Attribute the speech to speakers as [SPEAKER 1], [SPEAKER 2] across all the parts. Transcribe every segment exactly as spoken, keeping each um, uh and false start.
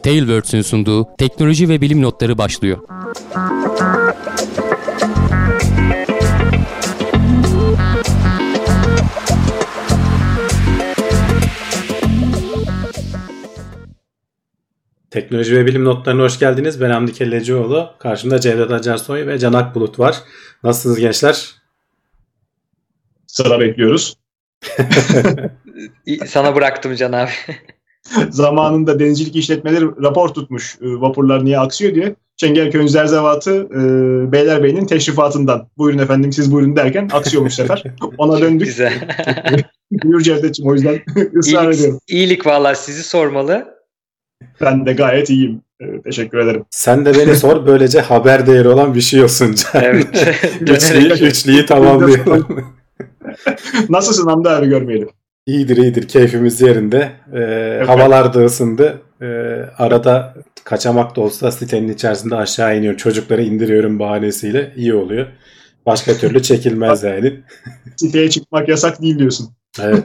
[SPEAKER 1] Tailwords'ün sunduğu teknoloji ve bilim notları başlıyor.
[SPEAKER 2] Teknoloji ve bilim notlarına hoş geldiniz. Ben Hamdi Kellecioğlu. Karşımda Cevdet Acarsoy ve Can Akbulut var. Nasılsınız gençler?
[SPEAKER 3] Sıra bekliyoruz.
[SPEAKER 4] Sana bıraktım Can abi.
[SPEAKER 3] Zamanında denizcilik işletmeleri rapor tutmuş. Vapurlar niye aksıyor diye. Çengelköy'ün zerzevatı e, Beylerbeyi'nin teşrifatından. Buyurun efendim siz buyurun derken aksıyormuş sefer. Ona döndük. Güzel. Buyur Cevdet'ciğim, o yüzden ısrar
[SPEAKER 4] iyilik,
[SPEAKER 3] ediyorum.
[SPEAKER 4] İyilik valla, sizi sormalı.
[SPEAKER 3] Ben de gayet iyiyim. Ee, teşekkür ederim.
[SPEAKER 2] Sen de beni sor, böylece haber değeri olan bir şey olsun.
[SPEAKER 4] Evet.
[SPEAKER 2] üçlüyü, üçlüyü tamamlayalım.
[SPEAKER 3] Nasılsın Hamdi abi, görmeyelim.
[SPEAKER 2] İyidir iyidir, keyfimiz yerinde. Ee, evet. Havalar da ısındı. Ee, arada kaçamak da olsa sitenin içerisinde aşağı iniyorum. Çocukları indiriyorum bahanesiyle, iyi oluyor. Başka türlü çekilmez yani.
[SPEAKER 3] Siteye çıkmak yasak değil diyorsun.
[SPEAKER 2] Evet.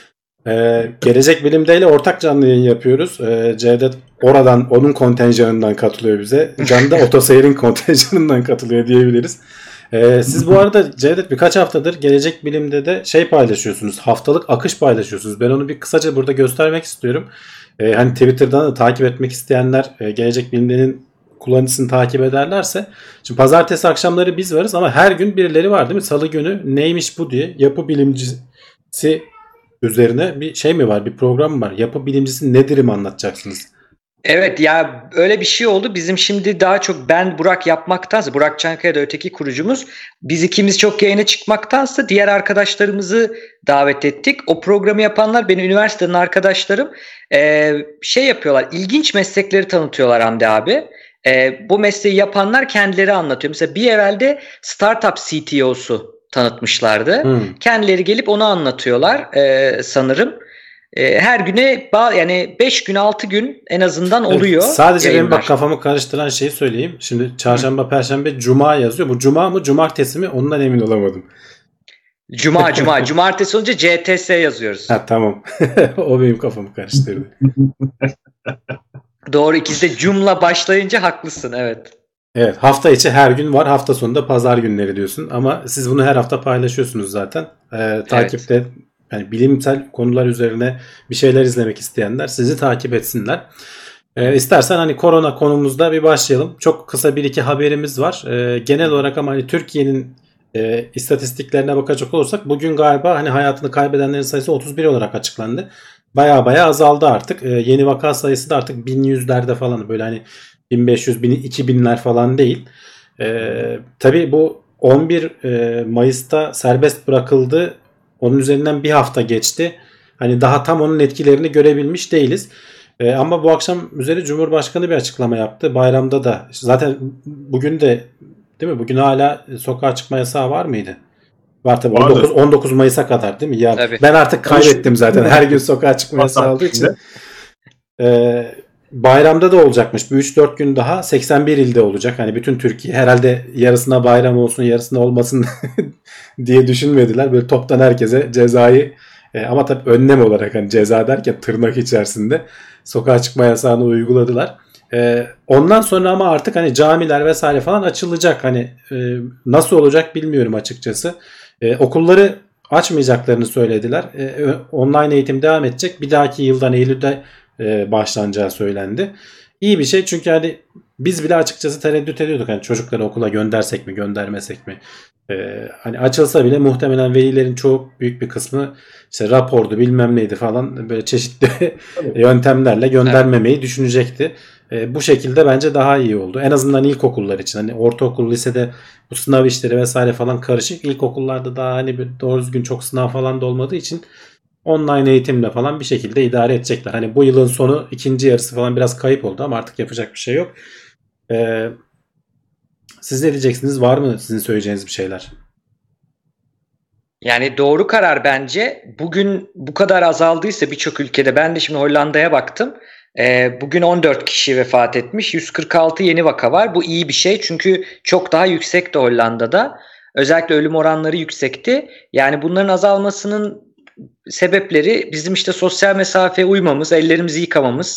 [SPEAKER 2] Ee, Gelecek Bilim'de ile ortak canlı yayın yapıyoruz. Ee, Cevdet oradan, onun kontenjanından katılıyor bize. Can da Otoseyir'in kontenjanından katılıyor diyebiliriz. Ee, siz bu arada Cevdet birkaç haftadır Gelecek Bilim'de de şey paylaşıyorsunuz. Haftalık akış paylaşıyorsunuz. Ben onu bir kısaca burada göstermek istiyorum. Ee, hani Twitter'dan da takip etmek isteyenler e, Gelecek Bilim'de'nin kullanıcısını takip ederlerse. Şimdi pazartesi akşamları biz varız ama her gün birileri var değil mi? Salı günü neymiş bu diye yapı bilimcisi üzerine bir şey mi var? Bir program mı var? Yapı bilimcisi nedir mi anlatacaksınız?
[SPEAKER 4] Evet ya, öyle bir şey oldu. Bizim şimdi daha çok ben Burak yapmaktansa, Burak Çankaya da öteki kurucumuz, biz ikimiz çok yayına çıkmaktansa diğer arkadaşlarımızı davet ettik. O programı yapanlar benim üniversiteden arkadaşlarım, ee, şey yapıyorlar, ilginç meslekleri tanıtıyorlar Hamdi abi. Ee, bu mesleği yapanlar kendileri anlatıyor. Mesela bir evvelde startup C T O'su tanıtmışlardı. Hmm. Kendileri gelip onu anlatıyorlar ee, sanırım. Ee, her güne yani beş gün altı gün en azından oluyor.
[SPEAKER 2] Evet, sadece yayınlar. Benim bak kafamı karıştıran şeyi söyleyeyim. Şimdi çarşamba, Hı. perşembe, cuma yazıyor. Bu cuma mı, cumartesi mi? Ondan emin olamadım.
[SPEAKER 4] Cuma, cuma. Cumartesi olunca C T S yazıyoruz.
[SPEAKER 2] Ha tamam. O benim kafamı karıştırdı.
[SPEAKER 4] Doğru, ikisi de cumla başlayınca haklısın, evet.
[SPEAKER 2] Evet, hafta içi her gün var. Hafta sonunda pazar günleri diyorsun. Ama siz bunu her hafta paylaşıyorsunuz zaten. Ee, takipte evet. Yani bilimsel konular üzerine bir şeyler izlemek isteyenler sizi takip etsinler. Ee, istersen hani korona konumuzda bir başlayalım. Çok kısa bir iki haberimiz var. Ee, genel olarak ama hani Türkiye'nin e, istatistiklerine bakacak olursak bugün galiba hani hayatını kaybedenlerin sayısı otuz bir olarak açıklandı. Baya baya azaldı artık. Ee, yeni vaka sayısı da artık bin yüzlerde falan, böyle hani bin beş yüz, iki binler falan değil. Ee, tabii bu on bir Mayıs'ta serbest bırakıldı. Onun üzerinden bir hafta geçti. Hani daha tam onun etkilerini görebilmiş değiliz. Ee, ama bu akşam üzeri Cumhurbaşkanı bir açıklama yaptı. Bayramda da zaten bugün de değil mi? Bugün hala sokağa çıkma yasağı var mıydı? Var tabii. on dokuz, on dokuz Mayıs'a kadar değil mi? Ya, ben artık kaybettim zaten. Her gün sokağa çıkma yasağı olduğu için. Ee, bayramda da olacakmış. Bir üç dört gün daha seksen bir ilde olacak. Hani bütün Türkiye, herhalde yarısına bayram olsun yarısına olmasın diye düşünmediler. Böyle toptan herkese cezayı e, ama tabii önlem olarak, hani ceza derken tırnak içerisinde sokağa çıkma yasağını uyguladılar. E, ondan sonra ama artık hani camiler vesaire falan açılacak. Hani e, nasıl olacak bilmiyorum açıkçası. E, okulları açmayacaklarını söylediler. E, online eğitim devam edecek. Bir dahaki yıldan Eylül'de e, başlanacağı söylendi. İyi bir şey, çünkü hani biz bile açıkçası tereddüt ediyorduk. Hani çocukları okula göndersek mi göndermesek mi? Ee, hani açılsa bile muhtemelen velilerin çok büyük bir kısmı işte rapordu bilmem neydi falan, böyle çeşitli yöntemlerle göndermemeyi evet. düşünecekti. Ee, bu şekilde bence daha iyi oldu. En azından ilkokullar için. Hani ortaokul, lisede bu sınav işleri vesaire falan karışık. İlkokullarda daha hani bir doğru düzgün çok sınav falan da olmadığı için online eğitimle falan bir şekilde idare edecekler. Hani bu yılın sonu ikinci yarısı falan biraz kayıp oldu ama artık yapacak bir şey yok. Ee, siz ne diyeceksiniz? Var mı sizin söyleyeceğiniz bir şeyler?
[SPEAKER 4] Yani doğru karar bence. Bugün bu kadar azaldıysa birçok ülkede, ben de şimdi Hollanda'ya baktım. Ee, bugün on dört kişi vefat etmiş. yüz kırk altı yeni vaka var. Bu iyi bir şey çünkü çok daha yüksekti Hollanda'da. Özellikle ölüm oranları yüksekti. Yani bunların azalmasının sebepleri bizim işte sosyal mesafeye uymamız, ellerimizi yıkamamız,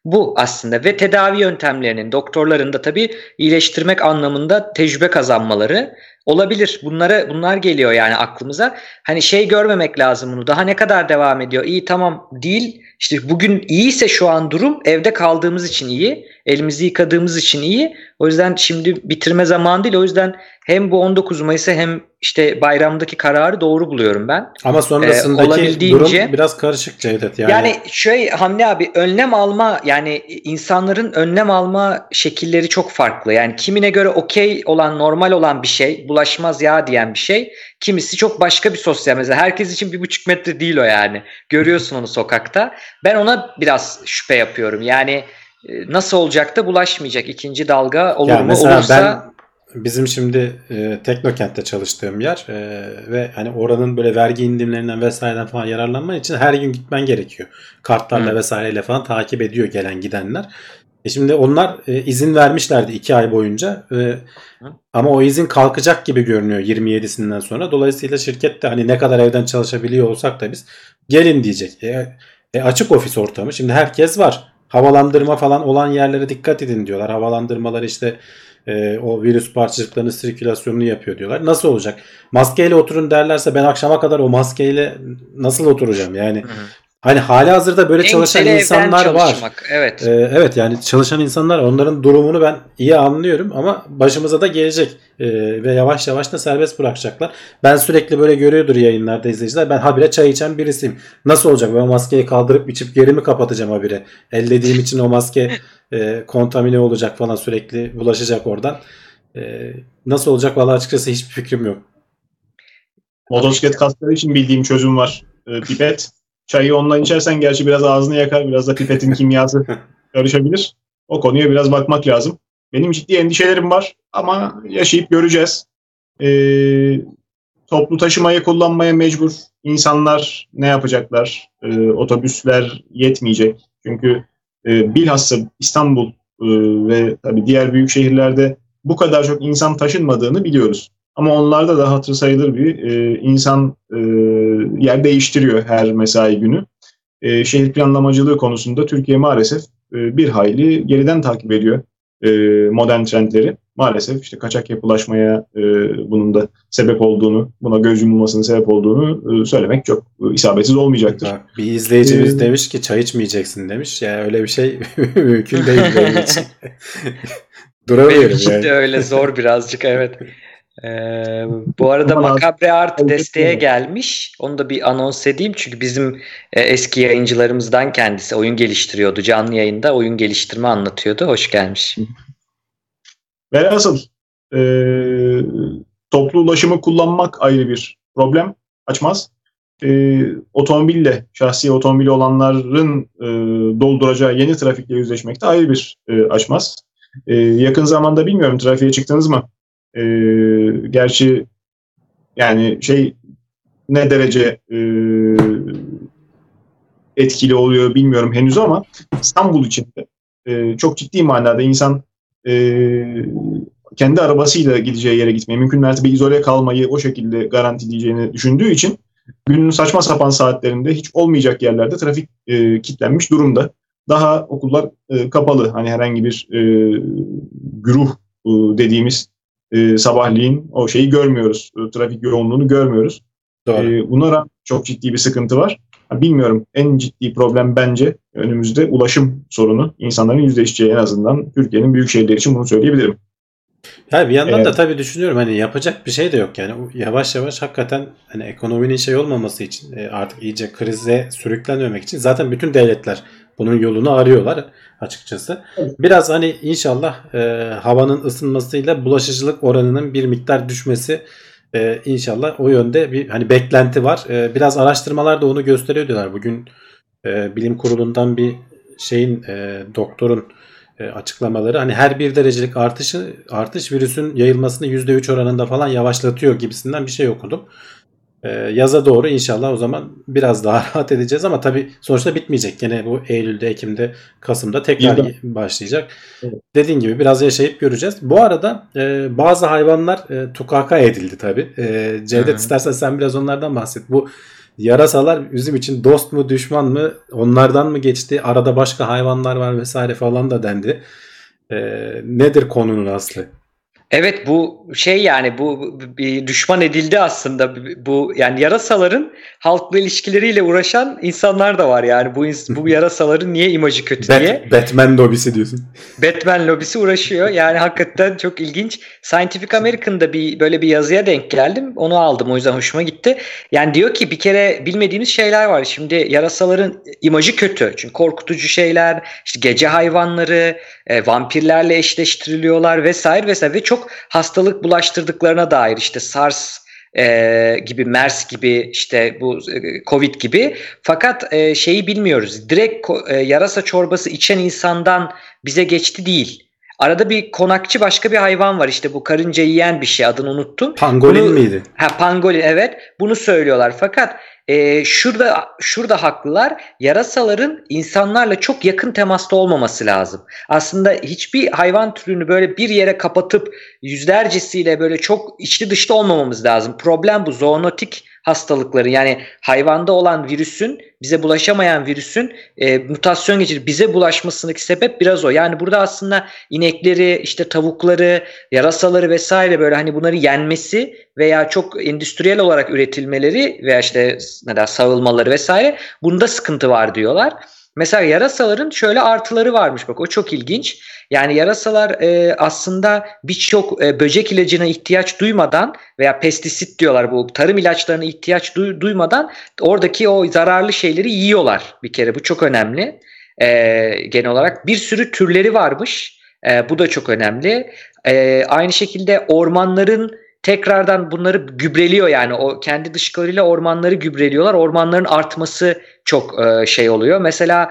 [SPEAKER 4] bu aslında ve tedavi yöntemlerinin doktorların da tabii iyileştirmek anlamında tecrübe kazanmaları olabilir. Bunlara bunlar geliyor yani aklımıza. Hani şey görmemek lazım bunu. Daha ne kadar devam ediyor? İyi tamam değil. İşte bugün iyiyse şu an durum evde kaldığımız için iyi. Elimizi yıkadığımız için iyi. O yüzden şimdi bitirme zamanı değil. O yüzden hem bu on dokuz Mayıs'ı hem işte bayramdaki kararı doğru buluyorum ben.
[SPEAKER 2] Ama sonrasındaki
[SPEAKER 4] ee,
[SPEAKER 2] durum biraz karışık Cevdet. Yani,
[SPEAKER 4] yani şey Hamdi abi önlem alma yani insanların önlem alma şekilleri çok farklı. Yani kimine göre okey olan normal olan bir şey bulaşmaz ya diyen bir şey. Kimisi çok başka bir sosyal mesela herkes için bir buçuk metre değil o yani. Görüyorsun onu sokakta. Ben ona biraz şüphe yapıyorum. Yani nasıl olacak da bulaşmayacak ikinci dalga olur
[SPEAKER 2] yani
[SPEAKER 4] mu?
[SPEAKER 2] Olursa ben... Bizim şimdi e, Teknokent'te çalıştığım yer e, ve hani oranın böyle vergi indirimlerinden vesaireden falan yararlanman için her gün gitmen gerekiyor. Kartlarla Hı. vesaireyle falan takip ediyor gelen gidenler. E şimdi onlar e, izin vermişlerdi iki ay boyunca e, ama o izin kalkacak gibi görünüyor yirmi yedisinden sonra. Dolayısıyla şirket de hani ne kadar evden çalışabiliyor olsak da biz gelin diyecek. E, e, açık ofis ortamı şimdi herkes var. Havalandırma falan olan yerlere dikkat edin diyorlar. Havalandırmalar işte E, o virüs parçacıklarının sirkülasyonunu yapıyor diyorlar. Nasıl olacak? Maskeyle oturun derlerse ben akşama kadar o maskeyle nasıl oturacağım? Yani Hı-hı. hani halihazırda böyle en çalışan insanlar var.
[SPEAKER 4] Evet.
[SPEAKER 2] Ee, evet yani çalışan insanlar onların durumunu ben iyi anlıyorum ama başımıza da gelecek ee, ve yavaş yavaş da serbest bırakacaklar. Ben sürekli böyle görüyordur yayınlarda izleyiciler. Ben habire çay içen birisiyim. Nasıl olacak? Ben o maskeyi kaldırıp içip geri mi kapatacağım habire? Ellediğim için o maske e, kontamine olacak falan sürekli bulaşacak oradan. E, nasıl olacak? Vallahi açıkçası hiçbir fikrim yok.
[SPEAKER 3] Motosiklet kasları için bildiğim çözüm var. E, pipet. Çayı ondan içersen gerçi biraz ağzını yakar. Biraz da pipetin kimyası karışabilir. O konuya biraz bakmak lazım. Benim ciddi endişelerim var ama yaşayıp göreceğiz. Ee, toplu taşımayı kullanmaya mecbur. İnsanlar ne yapacaklar? Ee, otobüsler yetmeyecek. Çünkü e, bilhassa İstanbul e, ve tabii diğer büyük şehirlerde bu kadar çok insan taşınmadığını biliyoruz. Ama onlarda da hatır sayılır bir e, insan e, yer değiştiriyor her mesai günü. E, şehir planlamacılığı konusunda Türkiye maalesef e, bir hayli geriden takip ediyor e, modern trendleri. Maalesef işte kaçak yapılaşmaya e, bunun da sebep olduğunu, buna göz yumulmasının sebep olduğunu e, söylemek çok e, isabetsiz olmayacaktır.
[SPEAKER 2] Bak, bir izleyicimiz ee, demiş ki çay içmeyeceksin demiş. Yani öyle bir şey mümkün değil benim için. Duramıyorum
[SPEAKER 4] benim için yani. De öyle zor birazcık evet. Ee, bu arada Makabre Art desteğe gelmiş. Onu da bir anons edeyim. Çünkü bizim e, eski yayıncılarımızdan kendisi oyun geliştiriyordu. Canlı yayında oyun geliştirme anlatıyordu. Hoş gelmiş.
[SPEAKER 3] Velhasıl e, toplu ulaşımı kullanmak ayrı bir problem açmaz. E, otomobille, şahsi otomobili olanların e, dolduracağı yeni trafikle yüzleşmek de ayrı bir e, açmaz. E, yakın zamanda bilmiyorum trafiğe çıktınız mı? E, gerçi yani şey ne derece e, etkili oluyor bilmiyorum henüz ama İstanbul içinde e, çok ciddi manada insan e, kendi arabasıyla gideceği yere gitmeyi, mümkün mertebe izole kalmayı o şekilde garantileyeceğini düşündüğü için günün saçma sapan saatlerinde hiç olmayacak yerlerde trafik e, kilitlenmiş durumda. Daha okullar e, kapalı. Hani herhangi bir e, güruh e, dediğimiz e, sabahleyin o şeyi görmüyoruz. E, trafik yoğunluğunu görmüyoruz. E, buna rağmen çok ciddi bir sıkıntı var. Bilmiyorum. En ciddi problem bence önümüzde ulaşım sorunu. İnsanların yüzleşeceği en azından Türkiye'nin büyük şehirleri için bunu söyleyebilirim.
[SPEAKER 2] Ya bir yandan evet. da tabii düşünüyorum hani yapacak bir şey de yok yani yavaş yavaş hakikaten hani ekonominin şey olmaması için artık iyice krize sürüklenmemek için zaten bütün devletler bunun yolunu arıyorlar açıkçası. Evet. Biraz hani inşallah e, havanın ısınmasıyla bulaşıcılık oranının bir miktar düşmesi e, inşallah o yönde bir hani beklenti var. E, biraz araştırmalar da onu gösteriyor diyorlar. Bugün e, bilim kurulundan bir şeyin e, doktorun e, açıklamaları hani her bir derecelik artışı artış virüsün yayılmasını yüzde üç oranında falan yavaşlatıyor gibisinden bir şey okudum. Ee, yaza doğru inşallah o zaman biraz daha rahat edeceğiz ama tabii sonuçta bitmeyecek. Gene bu Eylül'de, Ekim'de, Kasım'da tekrar Yılda. başlayacak. Evet. Dediğin gibi biraz yaşayıp göreceğiz. Bu arada e, bazı hayvanlar e, tukaka edildi tabii. E, Cevdet Hı-hı. istersen sen biraz onlardan bahset. Bu yarasalar bizim için dost mu düşman mı, onlardan mı geçti, arada başka hayvanlar var vesaire falan da dendi. Ee, nedir konunun aslı?
[SPEAKER 4] Evet, bu şey yani bu bir düşman edildi aslında, bu yani yarasaların halkla ilişkileriyle uğraşan insanlar da var yani bu bu yarasaların niye imajı kötü
[SPEAKER 2] Bat,
[SPEAKER 4] diye.
[SPEAKER 2] Batman lobisi diyorsun.
[SPEAKER 4] Batman lobisi uğraşıyor yani, hakikaten çok ilginç. Scientific American'da bir böyle bir yazıya denk geldim, onu aldım, o yüzden hoşuma gitti. Yani diyor ki bir kere bilmediğimiz şeyler var. Şimdi yarasaların imajı kötü çünkü korkutucu şeyler, işte gece hayvanları, e, vampirlerle eşleştiriliyorlar vesaire vesaire ve çok hastalık bulaştırdıklarına dair, işte SARS e, gibi, MERS gibi, işte bu e, Covid gibi. Fakat e, şeyi bilmiyoruz. Direkt e, yarasa çorbası içen insandan bize geçti değil. Arada bir konakçı başka bir hayvan var, işte bu karınca yiyen bir şey, adını unuttum.
[SPEAKER 2] Pangolin
[SPEAKER 4] Bunu,
[SPEAKER 2] miydi?
[SPEAKER 4] Ha, pangolin, evet, bunu söylüyorlar. Fakat e, şurada şurada haklılar. Yarasaların insanlarla çok yakın temasta olmaması lazım. Aslında hiçbir hayvan türünü böyle bir yere kapatıp yüzlercesiyle böyle çok içli dışlı olmamamız lazım. Problem bu. Zoonotik hastalıkları, yani hayvanda olan virüsün, bize bulaşamayan virüsün e, mutasyon geçirip bize bulaşmasındaki sebep biraz o. Yani burada aslında inekleri, işte tavukları, yarasaları vesaire böyle hani bunları yenmesi veya çok endüstriyel olarak üretilmeleri veya işte neden sağılmaları vesaire, bunda sıkıntı var diyorlar. Mesela yarasaların şöyle artıları varmış, bak o çok ilginç. Yani yarasalar e, aslında birçok e, böcek ilacına ihtiyaç duymadan veya pestisit diyorlar, bu tarım ilaçlarına ihtiyaç duy, duymadan oradaki o zararlı şeyleri yiyorlar bir kere. Bu çok önemli. E, genel olarak bir sürü türleri varmış. E, bu da çok önemli. E, aynı şekilde ormanların tekrardan bunları gübreliyor, yani o kendi dışkılarıyla ormanları gübreliyorlar. Ormanların artması çok e, şey oluyor. Mesela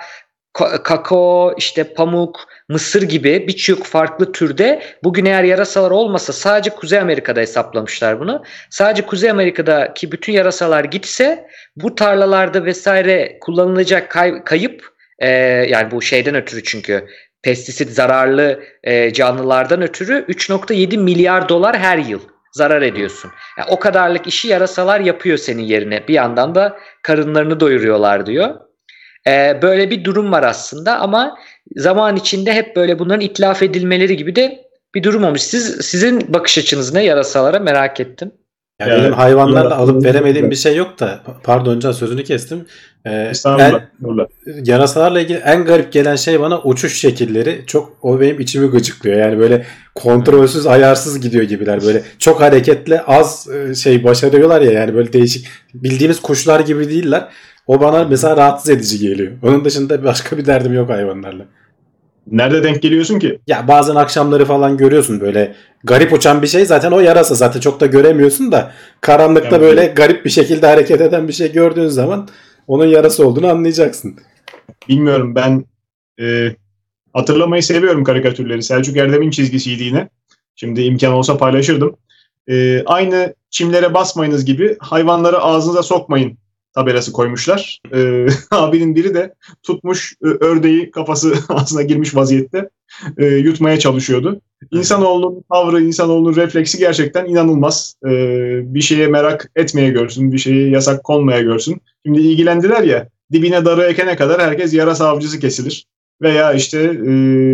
[SPEAKER 4] kakao, işte pamuk, mısır gibi birçok farklı türde bugün eğer yarasalar olmasa, sadece Kuzey Amerika'da hesaplamışlar bunu. Sadece Kuzey Amerika'daki bütün yarasalar gitse bu tarlalarda vesaire kullanılacak kay- kayıp e, yani bu şeyden ötürü, çünkü pestisit zararlı e, canlılardan ötürü üç nokta yedi milyar dolar her yıl zarar ediyorsun. Yani o kadarlık işi yarasalar yapıyor senin yerine. Bir yandan da karınlarını doyuruyorlar diyor. Ee, böyle bir durum var aslında, ama zaman içinde hep böyle bunların itlaf edilmeleri gibi de bir durum olmuş. Siz sizin bakış açınız ne yarasalara, merak ettim.
[SPEAKER 2] Yani
[SPEAKER 3] Ya,
[SPEAKER 2] benim hayvanlarla
[SPEAKER 3] ya,
[SPEAKER 2] alıp veremediğim
[SPEAKER 3] ya.
[SPEAKER 2] bir şey yok da, pardon Can, sözünü kestim. Ee,
[SPEAKER 3] Estağfurullah.
[SPEAKER 2] en, yarasalarla ilgili en garip gelen şey bana uçuş şekilleri. Çok, o benim içimi gıcıklıyor. Yani böyle kontrolsüz, ayarsız gidiyor gibiler. Böyle çok hareketli, az şey başarıyorlar ya, yani böyle değişik, bildiğimiz kuşlar gibi değiller. O bana mesela rahatsız edici geliyor. Onun dışında başka bir derdim yok hayvanlarla.
[SPEAKER 3] Nerede denk geliyorsun ki?
[SPEAKER 2] Ya bazen akşamları falan görüyorsun böyle garip uçan bir şey, zaten o yarasa, zaten çok da göremiyorsun da karanlıkta
[SPEAKER 3] Yani,
[SPEAKER 2] böyle garip bir şekilde hareket eden bir şey gördüğün zaman onun yarasa olduğunu anlayacaksın.
[SPEAKER 3] Bilmiyorum, ben e, hatırlamayı seviyorum karikatürleri. Selçuk Erdem'in çizgisiydi yine. Şimdi imkan olsa paylaşırdım. E, aynı çimlere basmayınız gibi hayvanları ağzınıza sokmayın tabelası koymuşlar. Ee, abinin biri de tutmuş e, ördeği, kafası ağzına girmiş vaziyette e, yutmaya çalışıyordu. İnsanoğlunun tavrı, insanoğlunun refleksi gerçekten inanılmaz. Ee, bir şeye merak etmeye görsün, bir şeye yasak konmaya görsün. Şimdi ilgilendiler ya, dibine darı ekene kadar herkes yarasa avcısı kesilir. Veya işte e,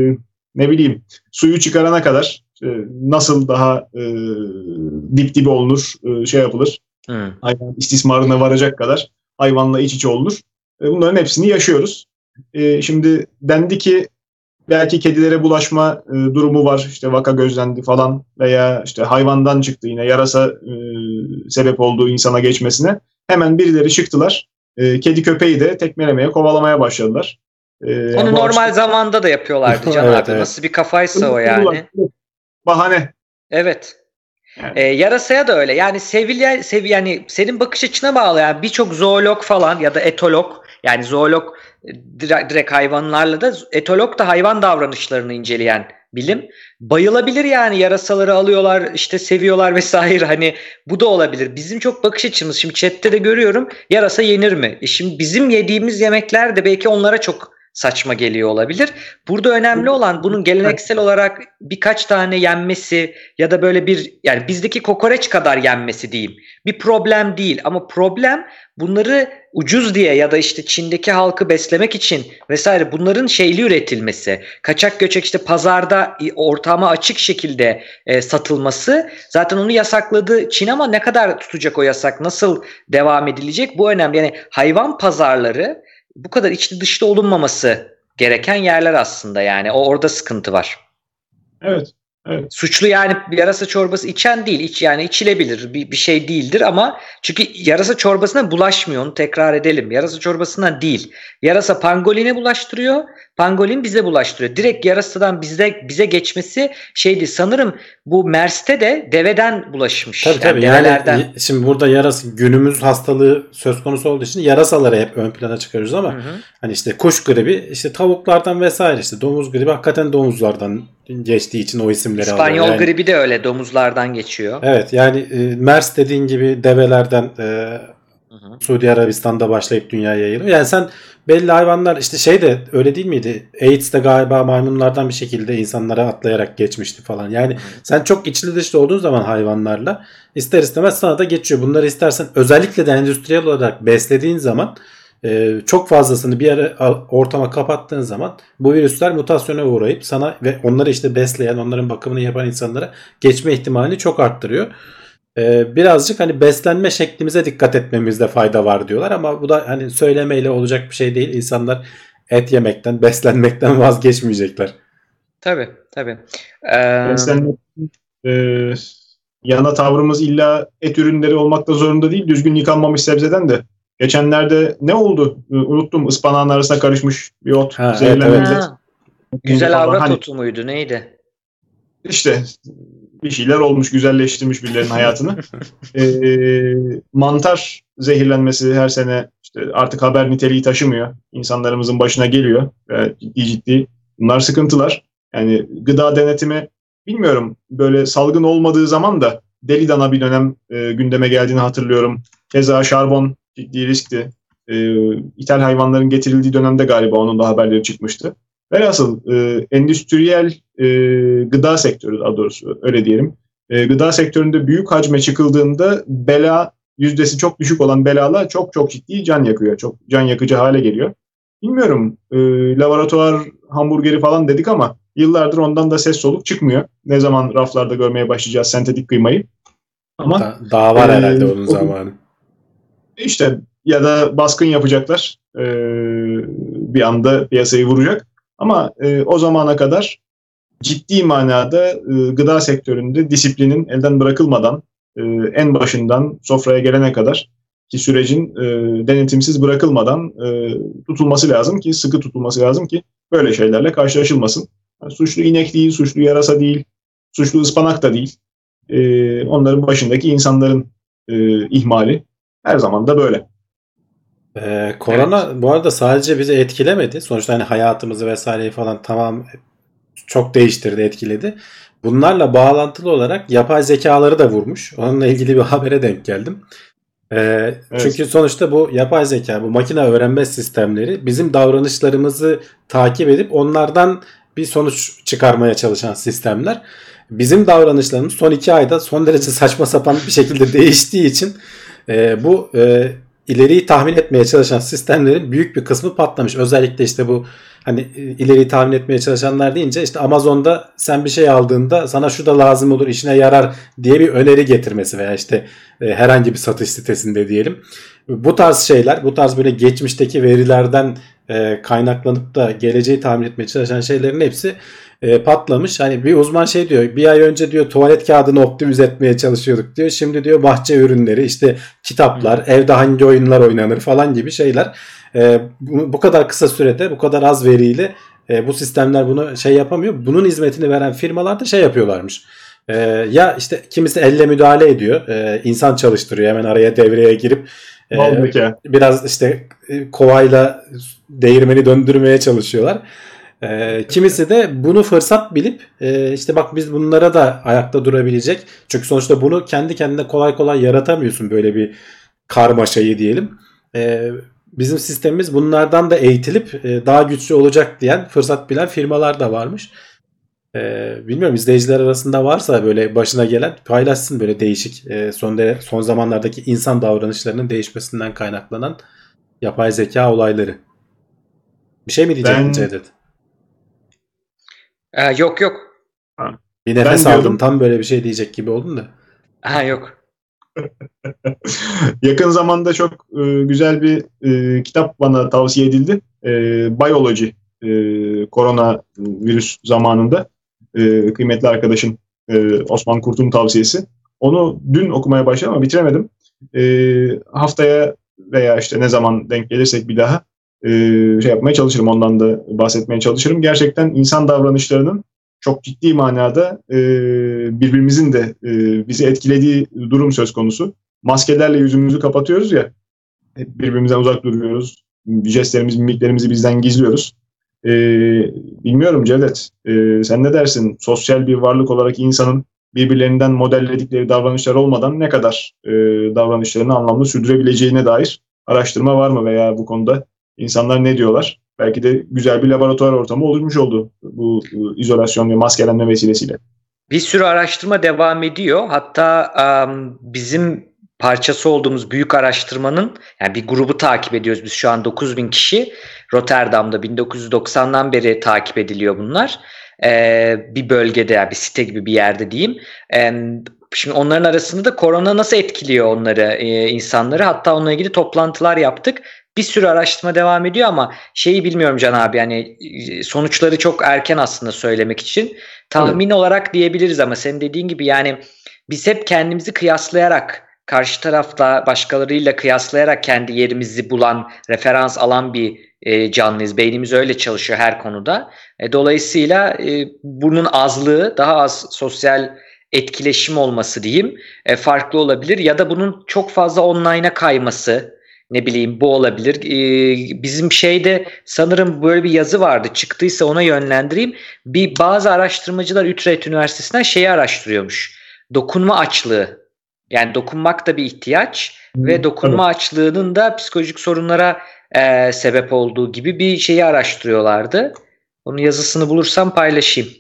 [SPEAKER 3] ne bileyim suyu çıkarana kadar e, nasıl daha e, dip dibe olunur, e, şey yapılır. Hmm. Hayvan istismarına varacak kadar hayvanla iç içe olunur. Bunların hepsini yaşıyoruz. Ee, şimdi dendi ki belki kedilere bulaşma e, durumu var. İşte vaka gözlendi falan veya işte hayvandan çıktı, yine yarasa e, sebep olduğu insana geçmesine. Hemen birileri çıktılar. E, kedi köpeği de tekmelemeye, kovalamaya başladılar.
[SPEAKER 4] E, Onu normal açık... zamanda da yapıyorlardı Can evet, abi. Evet. Nasıl bir kafaysa o yani.
[SPEAKER 3] Bahane.
[SPEAKER 4] Evet. Yani. Ee, yarasaya da öyle. Yani sevilye, sev yani senin bakış açına bağlı. Yani birçok zoolog falan ya da etolog, yani zoolog direkt, direkt hayvanlarla da, etolog da hayvan davranışlarını inceleyen bilim. Bayılabilir yani, yarasaları alıyorlar, işte seviyorlar vesaire. Hani bu da olabilir. Bizim çok bakış açımız. Şimdi chatte de görüyorum, yarasa yenir mi? E şimdi bizim yediğimiz yemekler de belki onlara çok saçma geliyor olabilir. Burada önemli olan bunun geleneksel olarak birkaç tane yenmesi ya da böyle bir, yani bizdeki kokoreç kadar yenmesi diyeyim. Bir problem değil ama problem bunları ucuz diye ya da işte Çin'deki halkı beslemek için vesaire bunların şeyli üretilmesi, kaçak göçek işte pazarda ortama açık şekilde e, satılması. Zaten onu yasakladı Çin ama ne kadar tutacak o yasak, nasıl devam edilecek bu önemli. Yani hayvan pazarları bu kadar içli dışlı olunmaması gereken yerler aslında, yani o orada sıkıntı var.
[SPEAKER 3] Evet. Evet.
[SPEAKER 4] Suçlu yani yarasa çorbası içen değil, iç, yani içilebilir bir, bir şey değildir ama çünkü yarasa çorbasına bulaşmıyor, onu tekrar edelim. Yarasa çorbasına değil. Yarasa pangoline bulaştırıyor, pangolin bize bulaştırıyor. Direkt yarasadan bize bize geçmesi şeydi sanırım, bu Mers'te de deveden bulaşmış.
[SPEAKER 2] Tabii tabii
[SPEAKER 4] yani,
[SPEAKER 2] yani şimdi burada yarasa günümüz hastalığı söz konusu olduğu için yarasaları hep ön plana çıkarıyoruz ama hı hı. hani işte kuş gribi işte tavuklardan vesaire, işte domuz gribi hakikaten domuzlardan geçtiği için o isimleri alıyor.
[SPEAKER 4] İspanyol
[SPEAKER 2] yani,
[SPEAKER 4] gribi de öyle domuzlardan geçiyor.
[SPEAKER 2] Evet yani e, Mers dediğin gibi develerden e, hı hı. Suudi Arabistan'da başlayıp dünyaya yayılıyor. Yani sen belli hayvanlar işte şey de öyle değil miydi? AIDS de galiba maymunlardan bir şekilde insanlara atlayarak geçmişti falan. Yani hı. sen çok içli dışlı olduğun zaman hayvanlarla ister istemez sana da geçiyor. Bunları istersen özellikle de endüstriyel olarak beslediğin zaman Ee, çok fazlasını bir ara ortama kapattığın zaman bu virüsler mutasyona uğrayıp sana ve onları işte besleyen, onların bakımını yapan insanlara geçme ihtimalini çok arttırıyor. Ee, birazcık hani beslenme şeklimize dikkat etmemizde fayda var diyorlar ama bu da hani söylemeyle olacak bir şey değil. İnsanlar et yemekten, beslenmekten vazgeçmeyecekler.
[SPEAKER 4] Tabii tabii. Ee...
[SPEAKER 3] Beslenmek e, yana tavrımız illa et ürünleri olmakta zorunda değil. Düzgün yıkanmamış sebzeden de. Geçenlerde ne oldu? Unuttum. Ispanağın arasına karışmış bir ot.
[SPEAKER 2] Ha, evet, evet.
[SPEAKER 4] Güzel avrat hani, otu muydu? Neydi?
[SPEAKER 3] İşte bir şeyler olmuş. Güzelleştirmiş birilerinin hayatını. ee, mantar zehirlenmesi her sene işte artık haber niteliği taşımıyor. İnsanlarımızın başına geliyor. Ee, ciddi ciddi. Bunlar sıkıntılar. Yani gıda denetimi bilmiyorum. Böyle salgın olmadığı zaman da deli dana bir dönem e, gündeme geldiğini hatırlıyorum. Keza şarbon ciddi riskti. Ee, ithal hayvanların getirildiği dönemde galiba onun da haberleri çıkmıştı. Velhasıl e, endüstriyel e, gıda sektörü, daha doğrusu öyle diyelim. E, gıda sektöründe büyük hacme çıkıldığında bela, yüzdesi çok düşük olan belalar çok çok ciddi can yakıyor. Çok can yakıcı hale geliyor. Bilmiyorum, e, laboratuvar hamburgeri falan dedik ama yıllardır ondan da ses soluk çıkmıyor. Ne zaman raflarda görmeye başlayacağız sentetik kıymayı? Ama
[SPEAKER 2] da, daha var e, herhalde onun o, zamanı.
[SPEAKER 3] İşte ya da baskın yapacaklar, ee, bir anda piyasayı vuracak. Ama e, o zamana kadar ciddi manada e, gıda sektöründe disiplinin elden bırakılmadan e, en başından sofraya gelene kadar ki sürecin e, denetimsiz bırakılmadan e, tutulması lazım ki, sıkı tutulması lazım ki böyle şeylerle karşılaşılmasın. Yani suçlu inek değil, suçlu yarasa değil, suçlu ıspanak da değil. E, onların başındaki insanların e, ihmali. Her zaman da böyle.
[SPEAKER 2] Ee, korona evet. Bu arada sadece bizi etkilemedi. Sonuçta hani hayatımızı vesaireyi falan tamam çok değiştirdi, etkiledi. Bunlarla bağlantılı olarak yapay zekaları da vurmuş. Onunla ilgili bir habere denk geldim. Ee, evet. Çünkü sonuçta bu yapay zeka, bu makine öğrenme sistemleri bizim davranışlarımızı takip edip onlardan bir sonuç çıkarmaya çalışan sistemler. Bizim davranışlarımız son iki ayda son derece saçma sapan bir şekilde değiştiği için e, bu e, ileriyi tahmin etmeye çalışan sistemlerin büyük bir kısmı patlamış. Özellikle işte bu hani ileriyi tahmin etmeye çalışanlar deyince işte Amazon'da sen bir şey aldığında sana şu da lazım olur, işine yarar diye bir öneri getirmesi veya işte e, herhangi bir satış sitesinde diyelim. Bu tarz şeyler, bu tarz böyle geçmişteki verilerden e, kaynaklanıp da geleceği tahmin etmeye çalışan şeylerin hepsi e, patlamış. Hani bir uzman şey diyor, bir ay önce diyor tuvalet kağıdını optimize etmeye çalışıyorduk diyor. Şimdi diyor bahçe ürünleri, işte kitaplar, hmm. evde hangi oyunlar oynanır falan gibi şeyler. E, bu, bu kadar kısa sürede, bu kadar az veriyle e, bu sistemler bunu şey yapamıyor. Bunun hizmetini veren firmalar da şey yapıyorlarmış. E, ya işte kimisi elle müdahale ediyor, e, insan çalıştırıyor, hemen araya devreye girip e, biraz işte kovayla değirmeni döndürmeye çalışıyorlar. E, kimisi de bunu fırsat bilip e, işte bak biz bunlara da ayakta durabilecek. Çünkü sonuçta bunu kendi kendine kolay kolay yaratamıyorsun, böyle bir karmaşayı diyelim. E, bizim sistemimiz bunlardan da eğitilip e, daha güçlü olacak diyen, fırsat bilen firmalar da varmış. E, bilmiyorum, izleyiciler arasında varsa böyle başına gelen paylaşsın, böyle değişik e, son de, son zamanlardaki insan davranışlarının değişmesinden kaynaklanan yapay zeka olayları. Bir şey mi diyecektin
[SPEAKER 3] Ben-
[SPEAKER 2] Cevdet?
[SPEAKER 4] Ee, yok yok.
[SPEAKER 2] Bir nefes
[SPEAKER 3] Ben
[SPEAKER 2] aldım,
[SPEAKER 3] diyordum-
[SPEAKER 2] tam böyle bir şey diyecek gibi oldun da.
[SPEAKER 4] Ha yok.
[SPEAKER 3] Yakın zamanda çok e, güzel bir e, kitap bana tavsiye edildi. E, Biology, e, korona virüs zamanında e, kıymetli arkadaşım e, Osman Kurt'un tavsiyesi. Onu dün okumaya başladım ama bitiremedim. E, haftaya veya işte ne zaman denk gelirsek bir daha e, şey yapmaya çalışırım. Ondan da bahsetmeye çalışırım. Gerçekten insan davranışlarının çok ciddi manada e, birbirimizin de e, bizi etkilediği durum söz konusu. Maskelerle yüzümüzü kapatıyoruz ya, hep birbirimizden uzak duruyoruz. Jestlerimiz, mimiklerimizi bizden gizliyoruz. E, bilmiyorum Cevdet, e, sen ne dersin? Sosyal bir varlık olarak insanın birbirlerinden modelledikleri davranışlar olmadan ne kadar e, davranışlarını anlamlı sürdürebileceğine dair araştırma var mı veya bu konuda insanlar ne diyorlar? Belki de güzel bir laboratuvar ortamı oluşmuş oldu bu e, izolasyon ve maskelenme vesilesiyle.
[SPEAKER 4] Bir sürü araştırma devam ediyor. Hatta um, bizim parçası olduğumuz büyük araştırmanın, yani bir grubu takip ediyoruz. Biz şu an dokuz bin kişi Rotterdam'da bin dokuz yüz doksandan beri takip ediliyor bunlar. Ee, bir bölgede, yani bir site gibi bir yerde diyeyim. Ee, şimdi onların arasında da korona nasıl etkiliyor onları, e, insanları. Hatta onunla ilgili toplantılar yaptık. Bir sürü araştırma devam ediyor ama şeyi bilmiyorum Can abi, yani sonuçları çok erken aslında söylemek için. Tahmin olarak diyebiliriz ama senin dediğin gibi yani biz hep kendimizi kıyaslayarak, karşı tarafla, başkalarıyla kıyaslayarak kendi yerimizi bulan, referans alan bir e, canlıyız. Beynimiz öyle çalışıyor her konuda. E, dolayısıyla e, bunun azlığı, daha az sosyal etkileşim olması diyeyim, e, farklı olabilir. Ya da bunun çok fazla online'a kayması, ne bileyim bu olabilir. Ee, bizim şeyde sanırım böyle bir yazı vardı. Çıktıysa ona yönlendireyim. Bir bazı araştırmacılar Utrecht Üniversitesi'nden şeyi araştırıyormuş. Dokunma açlığı. Yani dokunmak da bir ihtiyaç
[SPEAKER 3] Hmm,
[SPEAKER 4] ve dokunma
[SPEAKER 3] evet.
[SPEAKER 4] açlığının da psikolojik sorunlara e, sebep olduğu gibi bir şeyi araştırıyorlardı. Onun yazısını bulursam paylaşayım.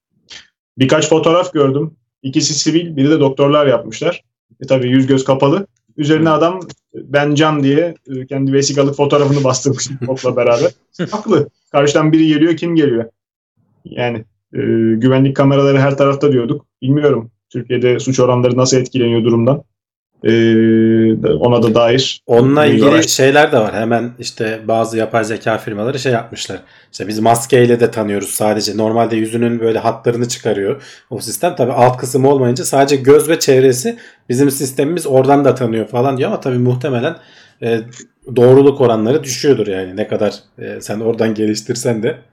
[SPEAKER 3] Birkaç fotoğraf gördüm. İkisi sivil, biri de doktorlar yapmışlar. E, tabii yüz göz kapalı. Üzerine adam ben Can diye e, kendi vesikalık fotoğrafını bastırmış topla beraber. Haklı. Karşıdan biri geliyor, kim geliyor? Yani e, güvenlik kameraları her tarafta diyorduk. Bilmiyorum Türkiye'de suç oranları nasıl etkileniyor durumdan. E, ona da dair.
[SPEAKER 2] Onunla
[SPEAKER 3] bir
[SPEAKER 2] ilgili
[SPEAKER 3] araştırma.
[SPEAKER 2] şeyler de var. Hemen işte bazı yapay zeka firmaları şey yapmışlar. İşte biz maskeyle de tanıyoruz sadece. Normalde yüzünün böyle hatlarını çıkarıyor o sistem. Tabii alt kısmı olmayınca sadece göz ve çevresi, bizim sistemimiz oradan da tanıyor falan diyor ama tabii muhtemelen e, doğruluk oranları düşüyordur yani. Ne kadar e, sen oradan geliştirsen de.